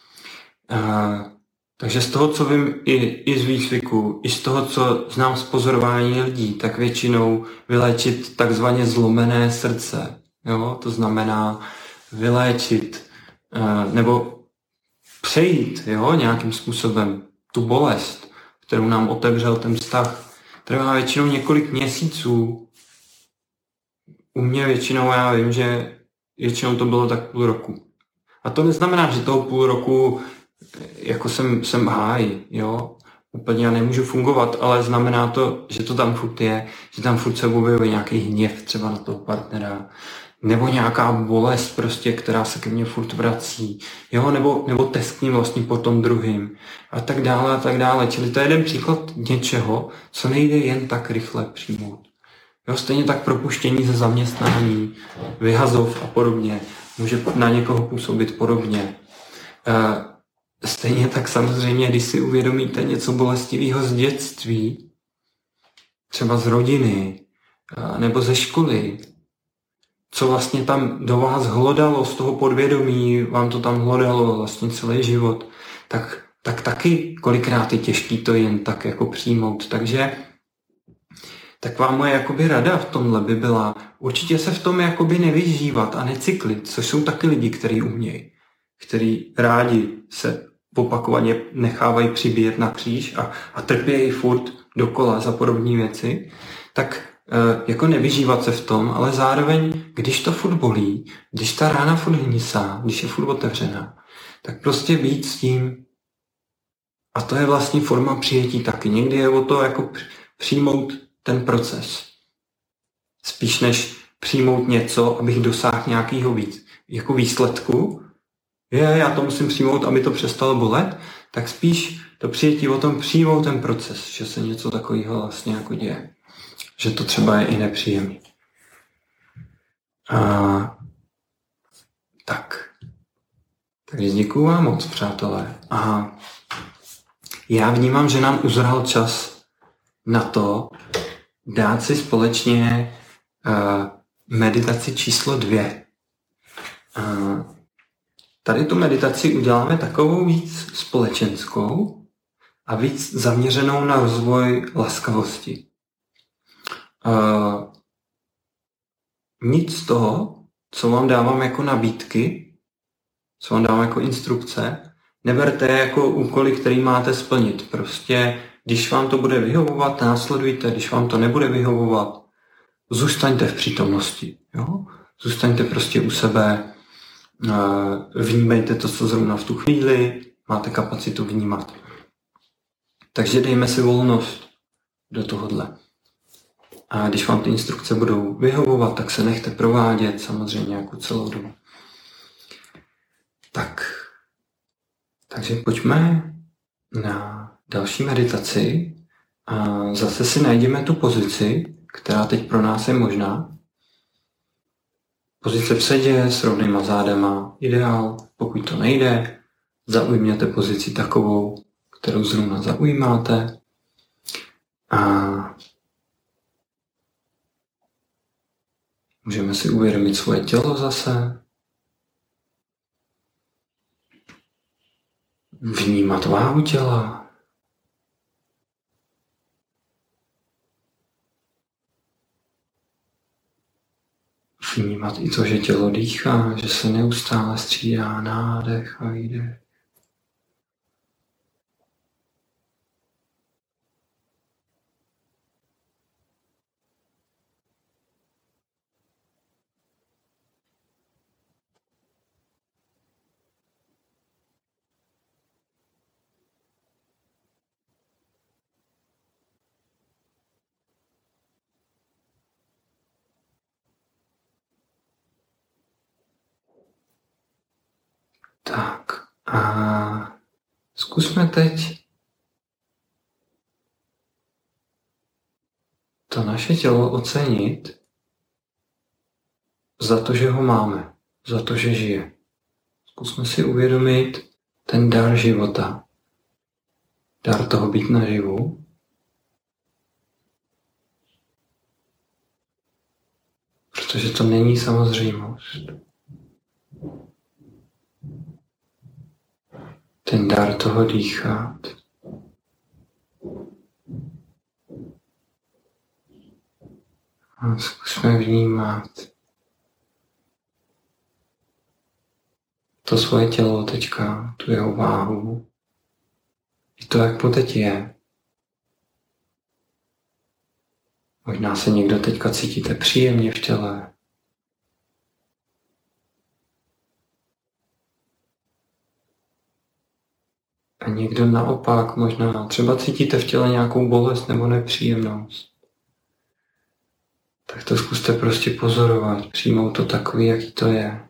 Takže z toho, co vím i z výcviku, i z toho, co znám z pozorování lidí, tak většinou vyléčit takzvaně zlomené srdce. Jo? To znamená vyléčit nebo přejít nějakým způsobem tu bolest, kterou nám otevřel ten vztah, trvá většinou několik měsíců. U mě většinou, já vím, že většinou to bylo tak 0,5 roku. A to neznamená, že toho 0,5 roku jako jsem háj, jo. Úplně já nemůžu fungovat, ale znamená to, že to tam furt je, že tam furt se objevuje nějaký hněv třeba na toho partnera, nebo nějaká bolest prostě, která se ke mně furt vrací, jo, nebo teskním vlastně po tom druhým a tak dále a tak dále. Čili to je jeden příklad něčeho, co nejde jen tak rychle přijmout. Jo, stejně tak propuštění ze zaměstnání, vyhazov a podobně, může na někoho působit podobně. Stejně tak samozřejmě, když si uvědomíte něco bolestivého z dětství, třeba z rodiny nebo ze školy, co vlastně tam do vás hlodalo z toho podvědomí, vám to tam hlodalo vlastně celý život, tak taky kolikrát je těžký to jen tak jako přijmout. Takže taková moje jakoby rada v tomhle by byla určitě se v tom jakoby nevyžívat a necyklit, což jsou taky lidi, kteří umějí, kteří rádi se opakovaně nechávají přibíjet na kříž a trpějí furt dokola za podobné věci, tak jako nevyžívat se v tom, ale zároveň, když to furt bolí, když ta rána furt hnisá, když je furt otevřená, tak prostě být s tím A to je vlastně forma přijetí taky. Někdy je o to jako přijmout ten proces. Spíš než přijmout něco, abych dosáhl nějakého jako výsledku. Já to musím přijmout, aby to přestalo bolet, tak spíš to přijetí o tom přijmout ten proces, že se něco takového vlastně jako děje. Že to třeba je i nepříjemný. Takže děkuju vám moc, přátelé. A já vnímám, že nám uzrál čas na to dát si společně meditaci číslo 2. Tady tu meditaci uděláme takovou víc společenskou a víc zaměřenou na rozvoj laskavosti. Nic z toho, co vám dávám jako nabídky, co vám dávám jako instrukce, neberte jako úkoly, který máte splnit. Prostě, když vám to bude vyhovovat, následujte, když vám to nebude vyhovovat, zůstaňte v přítomnosti. Jo? Zůstaňte prostě u sebe, vnímejte to, co zrovna v tu chvíli máte kapacitu vnímat. Takže dejme si volnost do tohohle. A když vám ty instrukce budou vyhovovat, tak se nechte provádět samozřejmě jako celou dobu. Takže pojďme na další meditaci a zase si najdeme tu pozici, která teď pro nás je možná. Pozice v sedě s rovnýma zádama, ideál. Pokud to nejde, zaujměte pozici takovou, kterou zrovna zaujímáte. A můžeme si uvědomit svoje tělo zase. Vnímat váhu těla. Vnímat i to, že tělo dýchá, že se neustále střídá nádech a výdech. Tak a zkusme teď to naše tělo ocenit za to, že ho máme, za to, že žije. Zkusme si uvědomit ten dar života, dar toho být naživu. Protože to není samozřejmost. Ten dar toho dýchat. A zkusme vnímat to svoje tělo teďka, tu jeho váhu. I to, jak poteď je. Možná se někdo teďka cítíte příjemně v těle. A někdo naopak možná třeba cítíte v těle nějakou bolest nebo nepříjemnost. Tak to zkuste prostě pozorovat, přijmout to takový, jaký to je.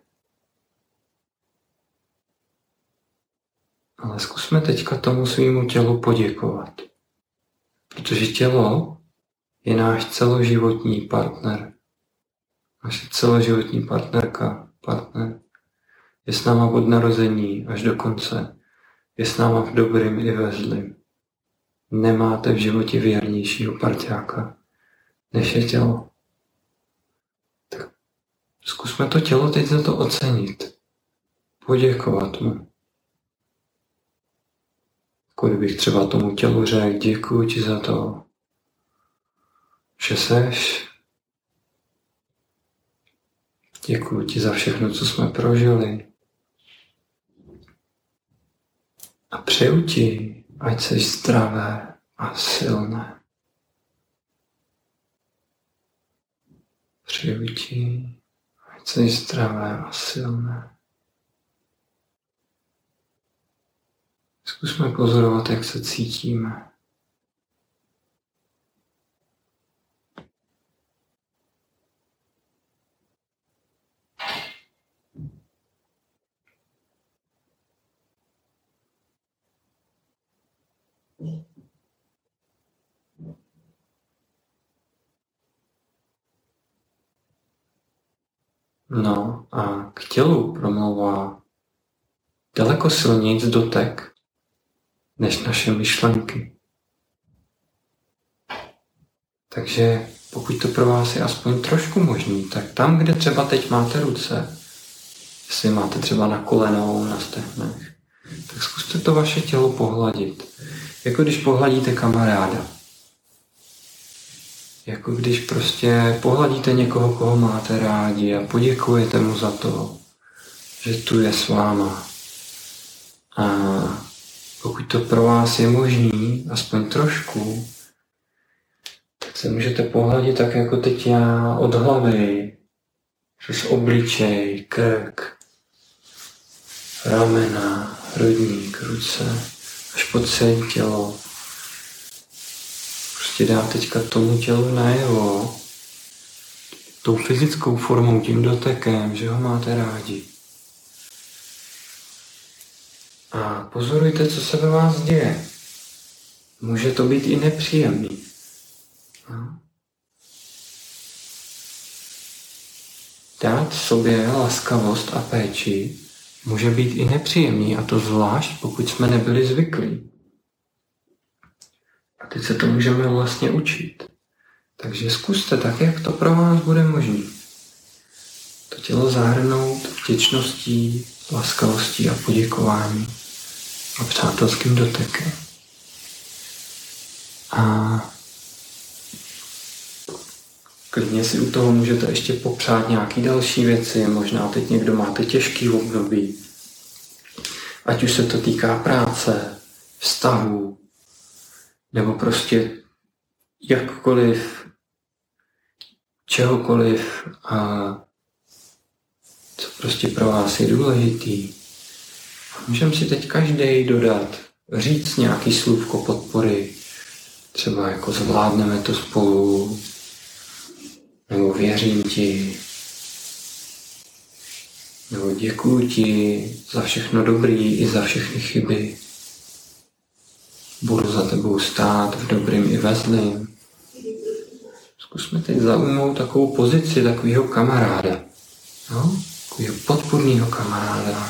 Ale zkusme teďka tomu svýmu tělu poděkovat. Protože tělo je náš celoživotní partner. Naše celoživotní partnerka, partner. Je s náma od narození až do konce. Je s náma v dobrým i ve zlým. Nemáte v životě věrnějšího parťáka, než je tělo. Tak zkusme to tělo teď za to ocenit. Poděkovat mu. Jako kdybych třeba tomu tělu řekl, děkuji ti za to, že seš. Děkuji ti za všechno, co jsme prožili. A přeju ti, ať seš zdravé a silné. Přeju ti, ať seš zdravé a silné. Zkusme pozorovat, jak se cítíme. No a k tělu promlouvá daleko silnějc dotek než naše myšlenky. Takže pokud to pro vás je aspoň trošku možný, tak tam, kde třeba teď máte ruce, jestli máte třeba na kolenou, na stehnech, tak zkuste to vaše tělo pohladit. Jako když pohladíte kamaráda. Jako když prostě pohladíte někoho, koho máte rádi a poděkujete mu za to, že tu je s váma. A pokud to pro vás je možný, aspoň trošku, tak se můžete pohladit tak jako teď já od hlavy, přes obličej, krk, ramena, hrudník, ruce, až po celé tělo. Prostě dá teďka tomu tělu najevo, tou fyzickou formou, tím dotekem, že ho máte rádi. A pozorujte, co se ve vás děje. Může to být i nepříjemný. No. Dát sobě laskavost a péči může být i nepříjemný, a to zvlášť, pokud jsme nebyli zvyklí. A teď se to můžeme vlastně učit. Takže zkuste tak, jak to pro vás bude možné. To tělo zahrnout vděčností, laskavostí a poděkování a přátelským dotekem. A klidně si u toho můžete ještě popřát nějaké další věci. Možná teď někdo máte těžký období. Ať už se to týká práce, vztahů, nebo prostě jakkoliv, čehokoliv, a co prostě pro vás je důležitý. Můžeme si teď každý dodat, říct nějaký slůvko podpory, třeba jako zvládneme to spolu, nebo věřím ti, nebo děkuju ti za všechno dobrý i za všechny chyby. Budu za tebou stát v dobrým i ve zlým. Zkusme teď zaujmout takovou pozici takového kamaráda. No? Takového podpůrného kamaráda.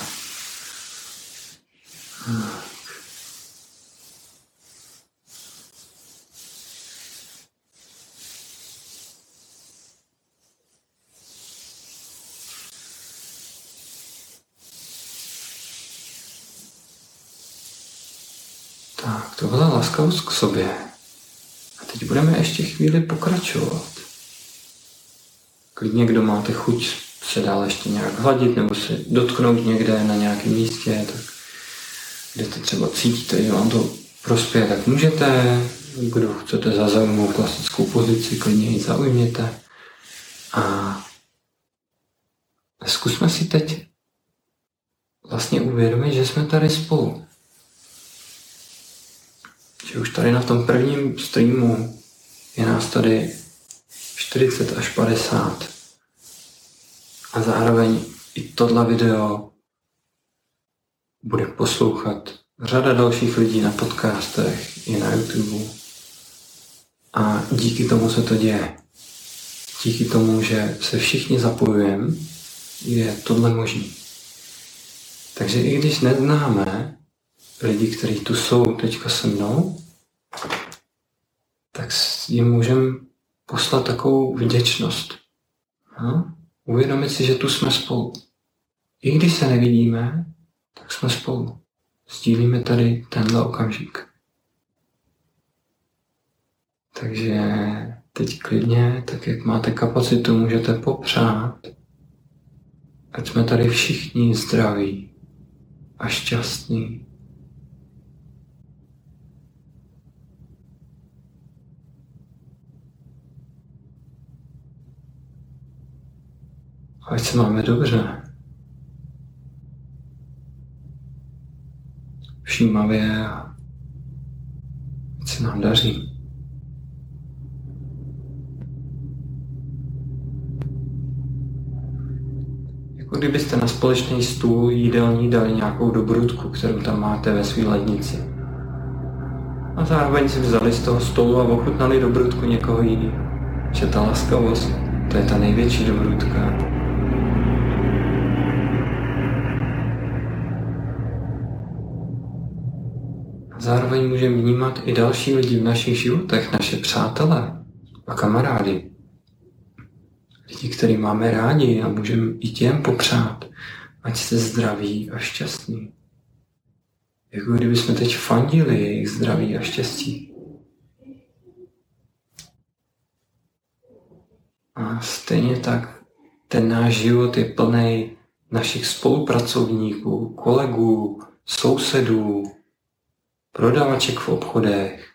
Tak, to byla laskavost k sobě. A teď budeme ještě chvíli pokračovat. Klidně, kdo máte chuť se dál ještě nějak hladit nebo se dotknout někde na nějakém místě, tak kde to třeba cítíte, že vám to prospěje, tak můžete. Kdo chcete zaujmout klasickou pozici, klidně ji zaujměte. A zkusme si teď vlastně uvědomit, že jsme tady spolu. Že už tady na tom prvním streamu je nás tady 40 až 50. A zároveň i tohle video bude poslouchat řada dalších lidí na podcastech i na YouTube. A díky tomu se to děje. Díky tomu, že se všichni zapojujeme, je tohle možný. Takže i když neznáme lidi, kteří tu jsou teďka se mnou, tak jim můžeme poslat takovou vděčnost. No? Uvědomit si, že tu jsme spolu. I když se nevidíme, tak jsme spolu. Sdílíme tady tenhle okamžik. Takže teď klidně, tak jak máte kapacitu, můžete popřát, ať jsme tady všichni zdraví a šťastní. Ať se máme dobře. všímavě a ať se nám daří. Jako kdybyste na společný stůl jídelní dali nějakou dobrutku, kterou tam máte ve své lednici. A zároveň si vzali z toho stolu a ochutnali dobrutku někoho jiného. Že ta laskavost, to je ta největší dobrutka. A zároveň můžeme vnímat i další lidi v našich životech, naše přátelé a kamarády. Lidi, který máme rádi a můžeme i těm popřát, ať jste zdraví a šťastní. Jako kdybychom teď fandili jejich zdraví a štěstí. A stejně tak ten náš život je plný našich spolupracovníků, kolegů, sousedů, prodavaček v obchodech,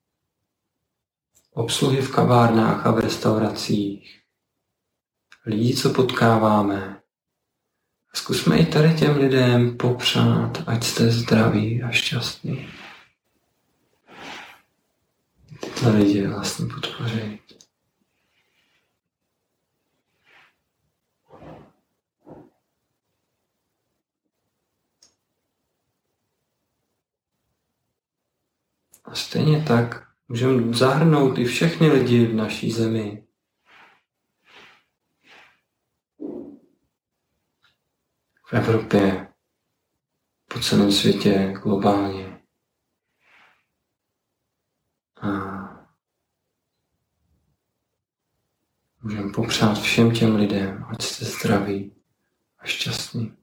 obsluhy v kavárnách a v restauracích, lidí, co potkáváme. Zkusme i tady těm lidem popřát, ať jste zdraví a šťastní. Tyhle lidi vlastně podpoří. A stejně tak můžeme zahrnout i všechny lidi v naší zemi. V Evropě, po celém světě, globálně. A můžeme popřát všem těm lidem, ať jste zdraví a šťastní.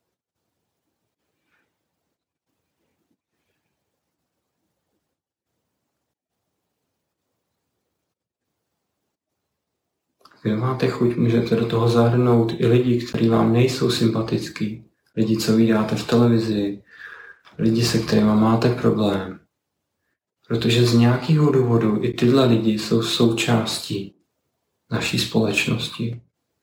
Kdo máte chuť, můžete do toho zahrnout i lidi, kteří vám nejsou sympatický. Lidi, co vydáte v televizi, lidi, se kterými máte problém. Protože z nějakého důvodu i tyhle lidi jsou součástí naší společnosti.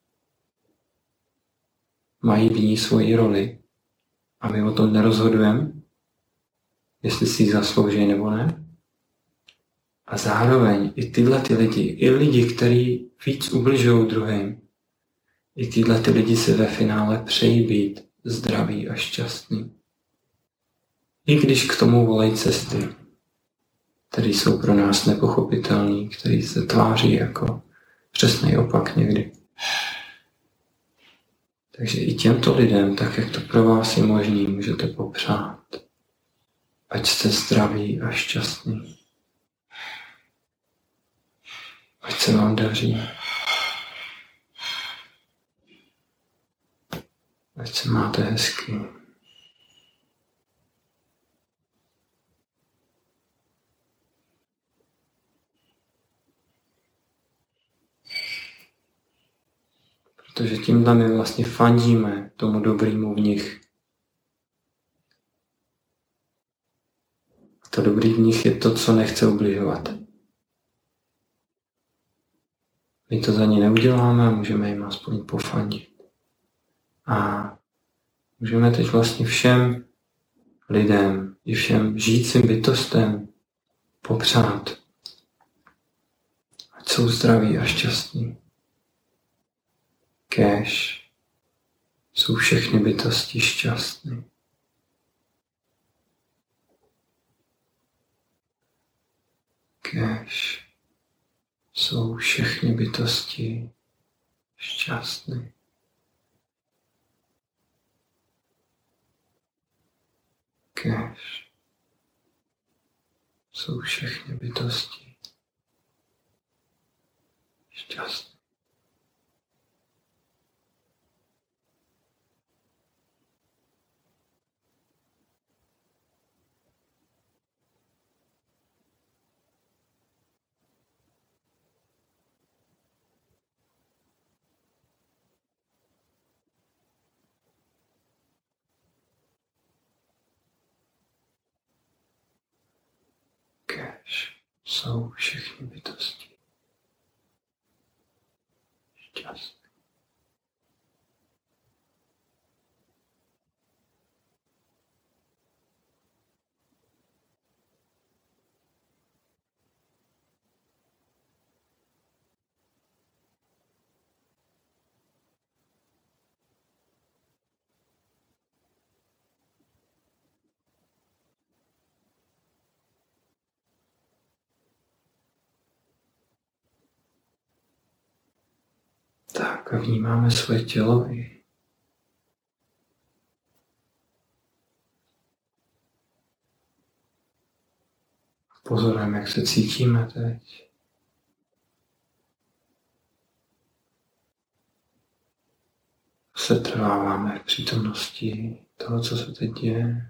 Mají v ní svoji roli a my o tom nerozhodujeme, jestli si ji zaslouží nebo ne. A zároveň i tyhle ty lidi, i lidi, kteří víc ubližují druhým, i tyhle ty lidi si ve finále přejí být zdraví a šťastní. I když k tomu volají cesty, které jsou pro nás nepochopitelné, které se tváří jako přesný opak někdy. Takže i těmto lidem, tak jak to pro vás je možný, můžete popřát. Ať jste zdraví a šťastní. Ať se vám daří. Ať se máte hezky. Protože tímhle my vlastně fandíme tomu dobrému v nich. A to dobrý v nich je to, co nechce ubližovat. My to za ně neuděláme a můžeme jim aspoň pofandit. A můžeme teď vlastně všem lidem i všem žijícím bytostem popřát, ať jsou zdraví a šťastní. Kéž jsou všechny bytosti šťastné. Kéž jsou všechny bytosti šťastné. Kéž jsou všechny bytosti šťastné. Kéž jsou všechny bytosti šťastné. Tak a vnímáme svoje tělo i pozorujeme, jak se cítíme teď. Setrváváme v přítomnosti toho, co se teď děje.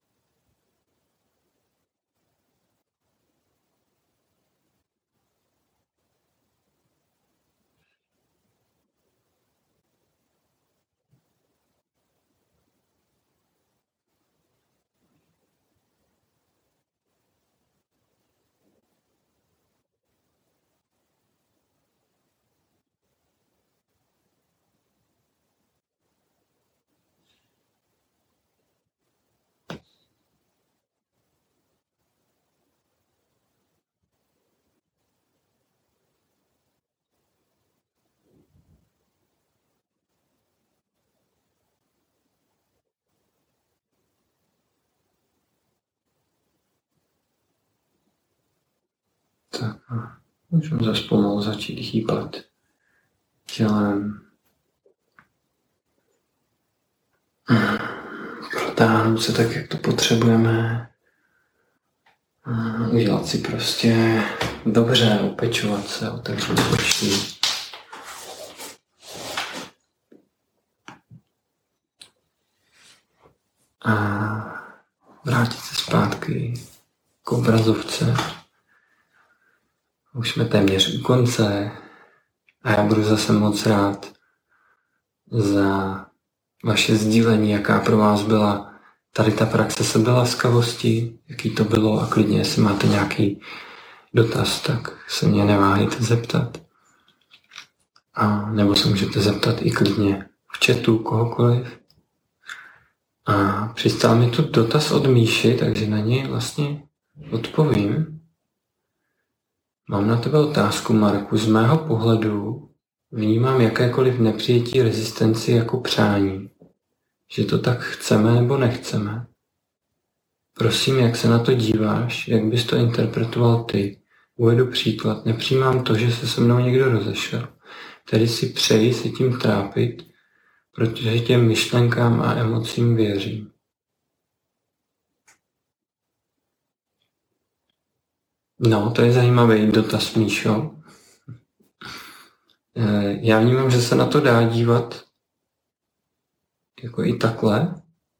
Tak a můžeme zase pomalu začít hýbat tělem. Protáhnout se tak, jak to potřebujeme. Udělat si prostě dobře, upečovat se, otevřít oči. A vrátit se zpátky k obrazovce. Už jsme téměř u konce a já budu zase moc rád za vaše sdílení, jaká pro vás byla tady ta praxe sebelaskavosti, jaký to bylo a klidně, jestli máte nějaký dotaz, tak se mě neváhejte zeptat. A nebo se můžete zeptat i klidně v chatu kohokoliv. A přistál mi tu dotaz od Míši, takže na něj vlastně odpovím. Mám na tebe otázku, Marku. Z mého pohledu vnímám jakékoliv nepřijetí rezistenci jako přání. Že to tak chceme nebo nechceme. Prosím, jak se na to díváš, jak bys to interpretoval ty? Uvedu příklad. Nepřijímám to, že se mnou někdo rozešel. Tedy si přeji se tím trápit, protože těm myšlenkám a emocím věřím. No, to je zajímavý dotaz, Míšo. Já vnímám, že se na to dá dívat jako i takhle.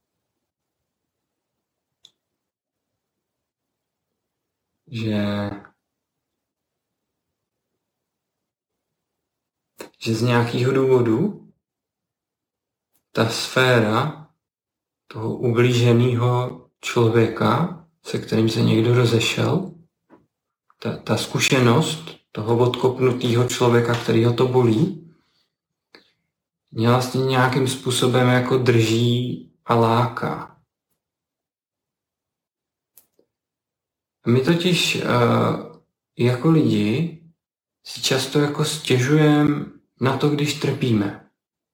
Že z nějakého důvodu ta sféra toho ublíženého člověka, se kterým se někdo rozešel, ta zkušenost toho odkopnutého člověka, kterýho to bolí, mě vlastně nějakým způsobem jako drží a láká. My totiž jako lidi si často jako stěžujeme na to, když trpíme.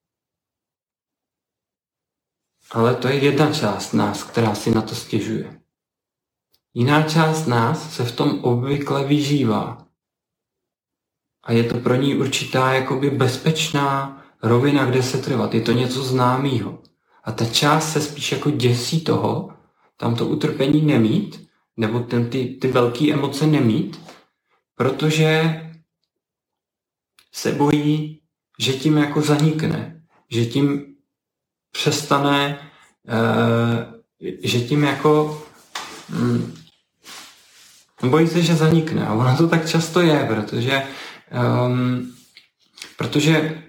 Ale to je jedna část nás, která si na to stěžuje. Jiná část nás se v tom obvykle vyžívá. A je to pro ní určitá jakoby bezpečná rovina, kde se trvat. Je to něco známého. A ta část se spíš jako děsí toho, tam to utrpení nemít, nebo ty velké emoce nemít, protože se bojí, že tím jako zanikne, že tím přestane, že tím jako bojí se, že zanikne. A ono to tak často je, protože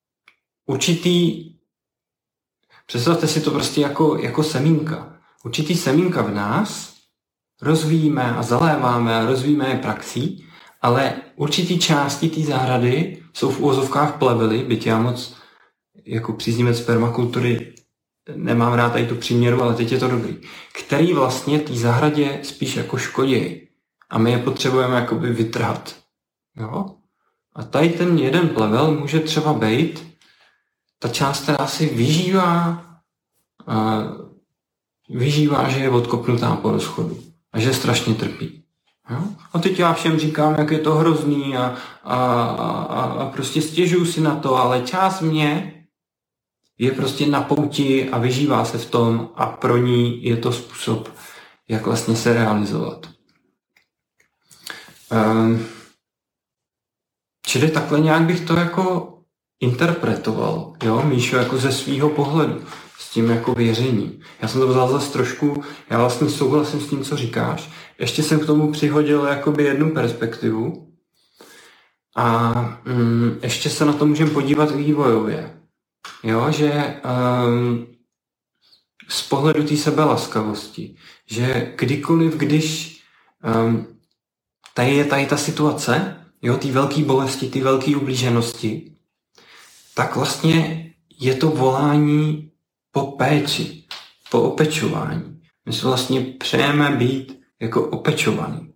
představte si to prostě jako semínka. Určitý semínka v nás rozvíjíme a zaléváme a rozvíjíme je praxí, ale určitý části té zahrady jsou v uvozovkách plevely, byť já moc jako příznivec permakultury nemám rád tady tu příměru, ale teď je to dobrý, který vlastně té zahradě spíš jako škodí. A my je potřebujeme jakoby vytrhat. Jo? A tady ten jeden plevel může třeba být ta část, která si vyžívá, že je odkopnutá po rozchodu a že strašně trpí. Jo? A teď já všem říkám, jak je to hrozný a prostě stěžuju si na to, ale část mě je prostě na pouti a vyžívá se v tom a pro ní je to způsob, jak vlastně se realizovat. Čili takhle nějak bych to jako interpretoval, jo, Míšo, jako ze svýho pohledu, s tím jako věřením. Já jsem to vzal zase trošku, já vlastně souhlasím s tím, co říkáš. Ještě jsem k tomu přihodil jakoby jednu perspektivu a ještě se na to můžeme podívat vývojově. Jo, že z pohledu té sebelaskavosti, že kdykoliv, když tady je tady ta situace, jo, ty velké bolesti, ty velké ublíženosti, tak vlastně je to volání po péči, po opečování. My si vlastně přejeme být jako opečovaný.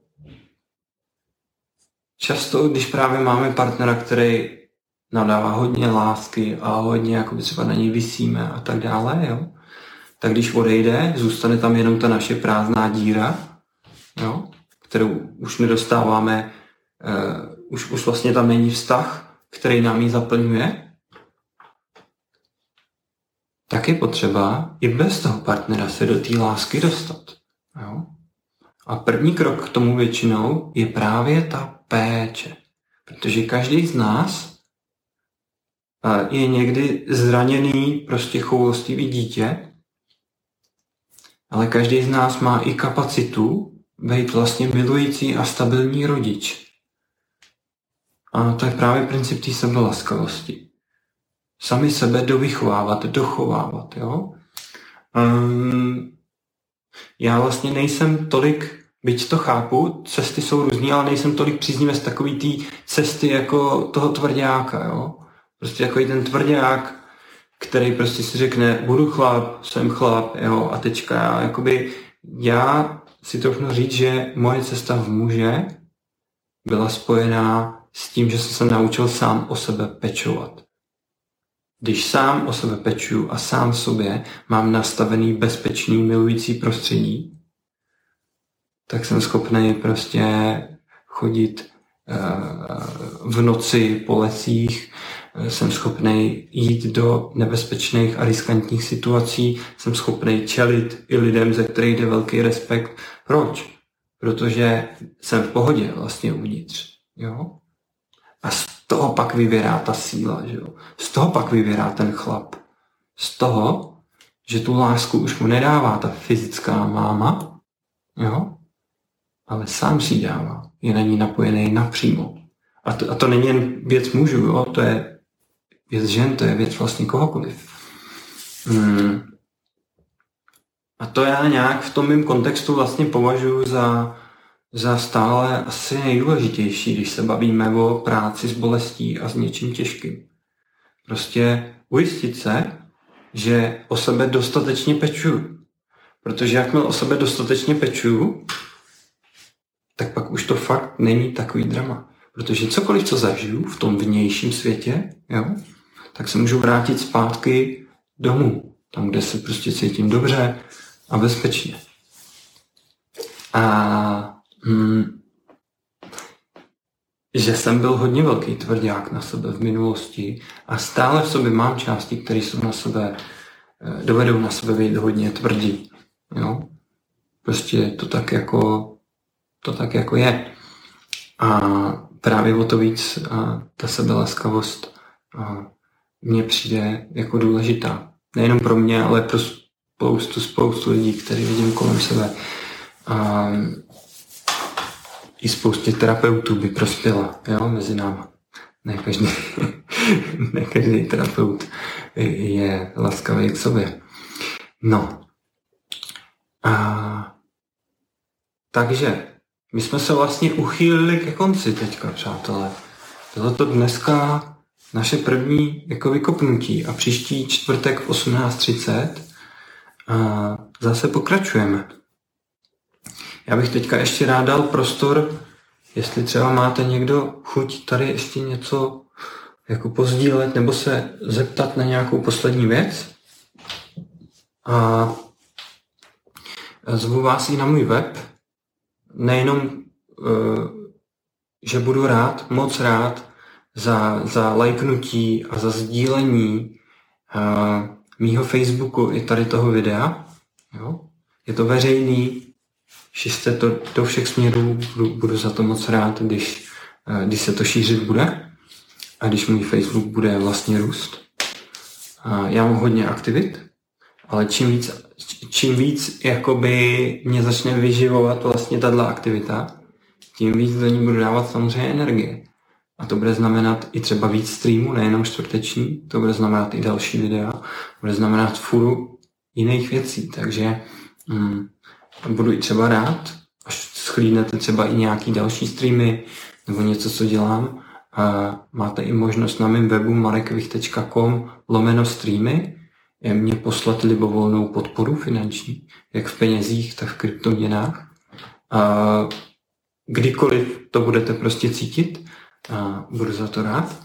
Často, když právě máme partnera, který nadává hodně lásky a hodně jakoby třeba na něj visíme a tak dále, jo, tak když odejde, zůstane tam jenom ta naše prázdná díra, jo, kterou už nedostáváme, už vlastně tam není vztah, který nám ji zaplňuje, tak je potřeba i bez toho partnera se do té lásky dostat. Jo? A první krok k tomu většinou je právě ta péče. Protože každý z nás je někdy zraněný, prostě choulostivý dítě, ale každý z nás má i kapacitu být vlastně milující a stabilní rodič. A to je právě princip té sebelaskavosti. Sami sebe dovychovávat, dochovávat, jo. Já vlastně nejsem tolik, byť to chápu, cesty jsou různý, ale nejsem tolik příznivec takový té cesty jako toho tvrďáka, jo. Prostě jako ten tvrďák, který prostě si řekne, budu chlap, jsem chlap, jo, a tečka. Já si troufnu říct, že moje cesta v muže byla spojená s tím, že jsem se naučil sám o sebe pečovat. Když sám o sebe pečuju a sám v sobě mám nastavený bezpečný, milující prostředí, tak jsem schopný prostě chodit v noci po lesích, jsem schopný jít do nebezpečných a riskantních situací, jsem schopný čelit i lidem, ze kterých jde velký respekt. Proč? Protože jsem v pohodě vlastně uvnitř. Jo? A z toho pak vyvěrá ta síla, že jo? Z toho pak vyvěrá ten chlap. Z toho, že tu lásku už mu nedává ta fyzická máma, jo? Ale sám si ji dává. Je na ní napojený napřímo. A to není jen věc mužů, jo? To je věc žen, to je věc vlastně kohokoliv. A to já nějak v tom mým kontextu vlastně považuji za stále asi nejdůležitější, když se bavíme o práci s bolestí a s něčím těžkým. Prostě ujistit se, že o sebe dostatečně pečuju. Protože jakmile o sebe dostatečně pečuju, tak pak už to fakt není takový drama. Protože cokoliv, co zažiju v tom vnějším světě, jo, tak se můžu vrátit zpátky domů. Tam, kde se prostě cítím dobře a bezpečně. A že jsem byl hodně velký tvrdák na sebe v minulosti a stále v sobě mám části, které jsou na sebe, dovedou na sebe být hodně tvrdí. Jo? Prostě to tak jako je. A právě o to víc ta sebelaskavost mně přijde jako důležitá. Nejenom pro mě, ale pro spoustu lidí, který vidím kolem sebe. I spoustě terapeutů by prospěla, jo, mezi náma. Ne každý terapeut je laskavý k sobě. No. Takže my jsme se vlastně uchýlili ke konci teďka, přátelé. Bylo to dneska naše první jako vykopnutí a příští čtvrtek v 18:30 zase pokračujeme. Já bych teďka ještě rád dal prostor, jestli třeba máte někdo chuť tady ještě něco jako pozdílet nebo se zeptat na nějakou poslední věc. A zvu vás i na můj web, nejenom že budu rád, moc rád za lajknutí a za sdílení mýho Facebooku i tady toho videa. Jo? Je to veřejný, šiřte to do všech směrů, budu za to moc rád, když se to šířit bude a když můj Facebook bude vlastně růst. Já mám hodně aktivit, ale čím víc jakoby mě začne vyživovat vlastně tato aktivita, tím víc do ní budu dávat samozřejmě energie. A to bude znamenat i třeba víc streamů, nejenom čtvrteční, to bude znamenat i další videa, bude znamenat furu jiných věcí, takže budu i třeba rád, až schlídnete třeba i nějaký další streamy nebo něco, co dělám. Máte i možnost na mém webu marekvich.com/streamy mě poslat libovolnou podporu finanční, jak v penězích, tak v kryptoměnách. Kdykoliv to budete prostě cítit, budu za to rád.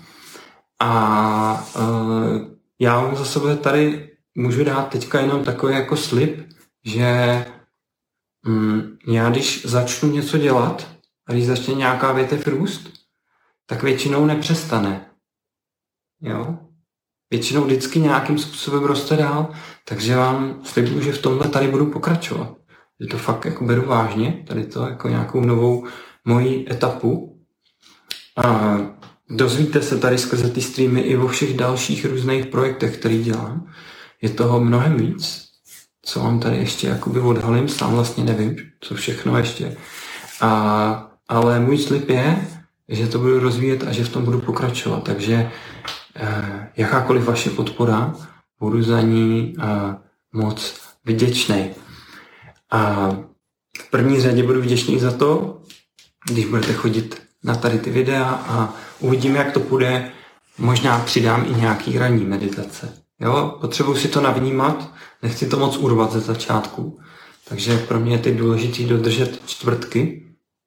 Já vám za sebe tady můžu dát teďka jenom takový jako slib, že já když začnu něco dělat a když začne nějaká větev růst, tak většinou nepřestane. Jo? Většinou vždycky nějakým způsobem roste dál, takže vám slibuju, že v tomhle tady budu pokračovat. Že to fakt jako beru vážně, tady to jako nějakou novou moji etapu. A dozvíte se tady skrze ty streamy i o všech dalších různých projektech, který dělám. Je toho mnohem víc, co vám tady ještě jakoby odhalím, sám vlastně nevím, co všechno ještě. Ale můj slib je, že to budu rozvíjet a že v tom budu pokračovat. Takže jakákoliv vaše podpora, budu za ní moc vděčný. A v první řadě budu vděčný za to, když budete chodit na tady ty videa a uvidíme, jak to půjde. Možná přidám i nějaký ranní meditace. Jo? Potřebuji si to navnímat, nechci to moc urvat ze začátku. Takže pro mě je teď důležité dodržet čtvrtky.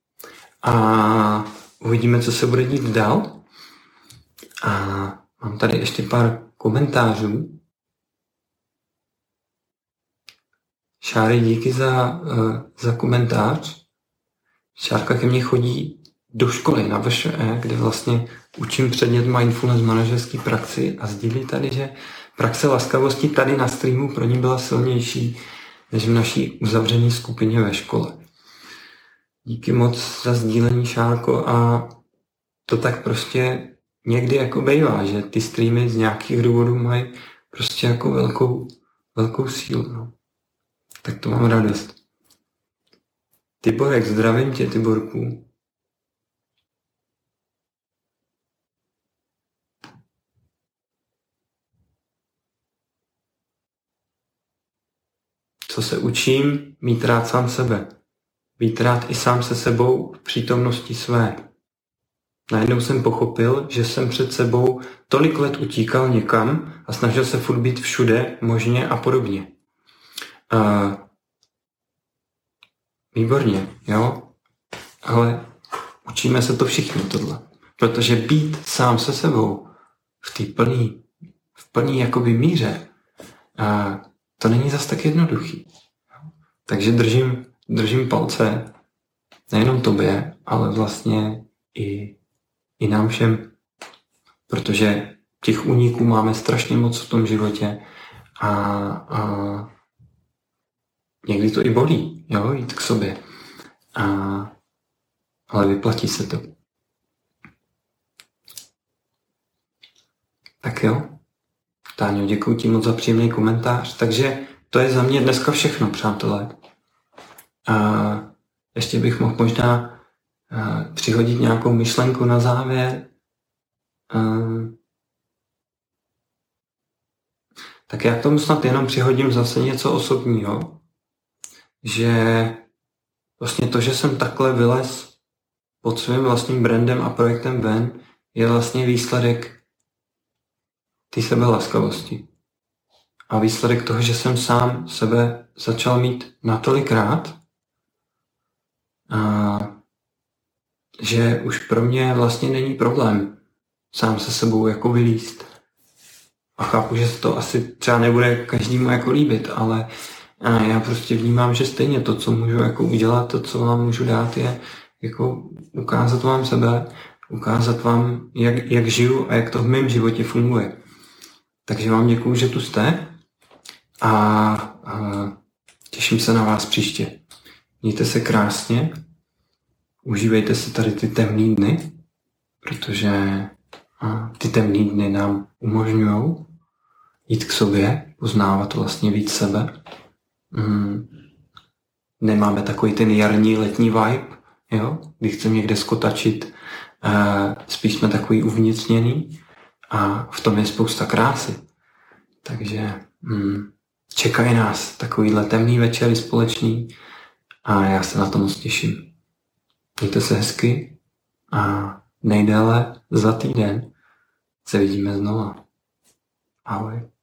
A uvidíme, co se bude dít dál. A mám tady ještě pár komentářů. Šáry, díky za komentář. Šárka ke mně chodí do školy na VŠE, kde vlastně učím předmět mindfulness manažerský praxi a sdílí tady, že praxe laskavosti tady na streamu pro ní byla silnější než v naší uzavřené skupině ve škole. Díky moc za sdílení, Šárko, a to tak prostě někdy jako bývá, že ty streamy z nějakých důvodů mají prostě jako velkou sílu. No. Tak to mám radost. Tiborek, zdravím tě, Tiborku. Co se učím? Mít rád sám sebe. Být rád i sám se sebou v přítomnosti své. Najednou jsem pochopil, že jsem před sebou tolik let utíkal někam a snažil se furt být všude, možně a podobně. Výborně, jo? Ale učíme se to všichni tohle. Protože být sám se sebou v té plný jakoby míře, to není zas tak jednoduchý. Takže držím palce nejenom tobě, ale vlastně i nám všem. Protože těch úniků máme strašně moc v tom životě a někdy to i bolí, jo, jít k sobě. Ale vyplatí se to. Tak jo. Táňo, děkuji ti moc za příjemný komentář. Takže to je za mě dneska všechno, přátelé. Ještě bych mohl možná přihodit nějakou myšlenku na závěr. Tak já k tomu snad jenom přihodím zase něco osobního. Že vlastně to, že jsem takhle vylez pod svým vlastním brandem a projektem ven, je vlastně výsledek té sebelaskavosti. A výsledek toho, že jsem sám sebe začal mít natolik rád, že už pro mě vlastně není problém sám se sebou jako vylízt. A chápu, že se to asi třeba nebude každému jako líbit, ale já prostě vnímám, že stejně to, co můžu jako udělat, to, co vám můžu dát, je jako ukázat vám sebe, ukázat vám, jak žiju a jak to v mém životě funguje. Takže vám děkuju, že tu jste a těším se na vás příště. Mějte se krásně, užívejte si tady ty temný dny, protože ty temný dny nám umožňují jít k sobě, poznávat vlastně víc sebe. Nemáme takový ten jarní, letní vibe, jo? Kdy chceme někde skotačit, spíš jsme takový uvnitřněný a v tom je spousta krásy. Takže čekají nás takovýhle temný večery společný a já se na to moc těším. Mějte se hezky a nejdéle za týden se vidíme znova. Ahoj.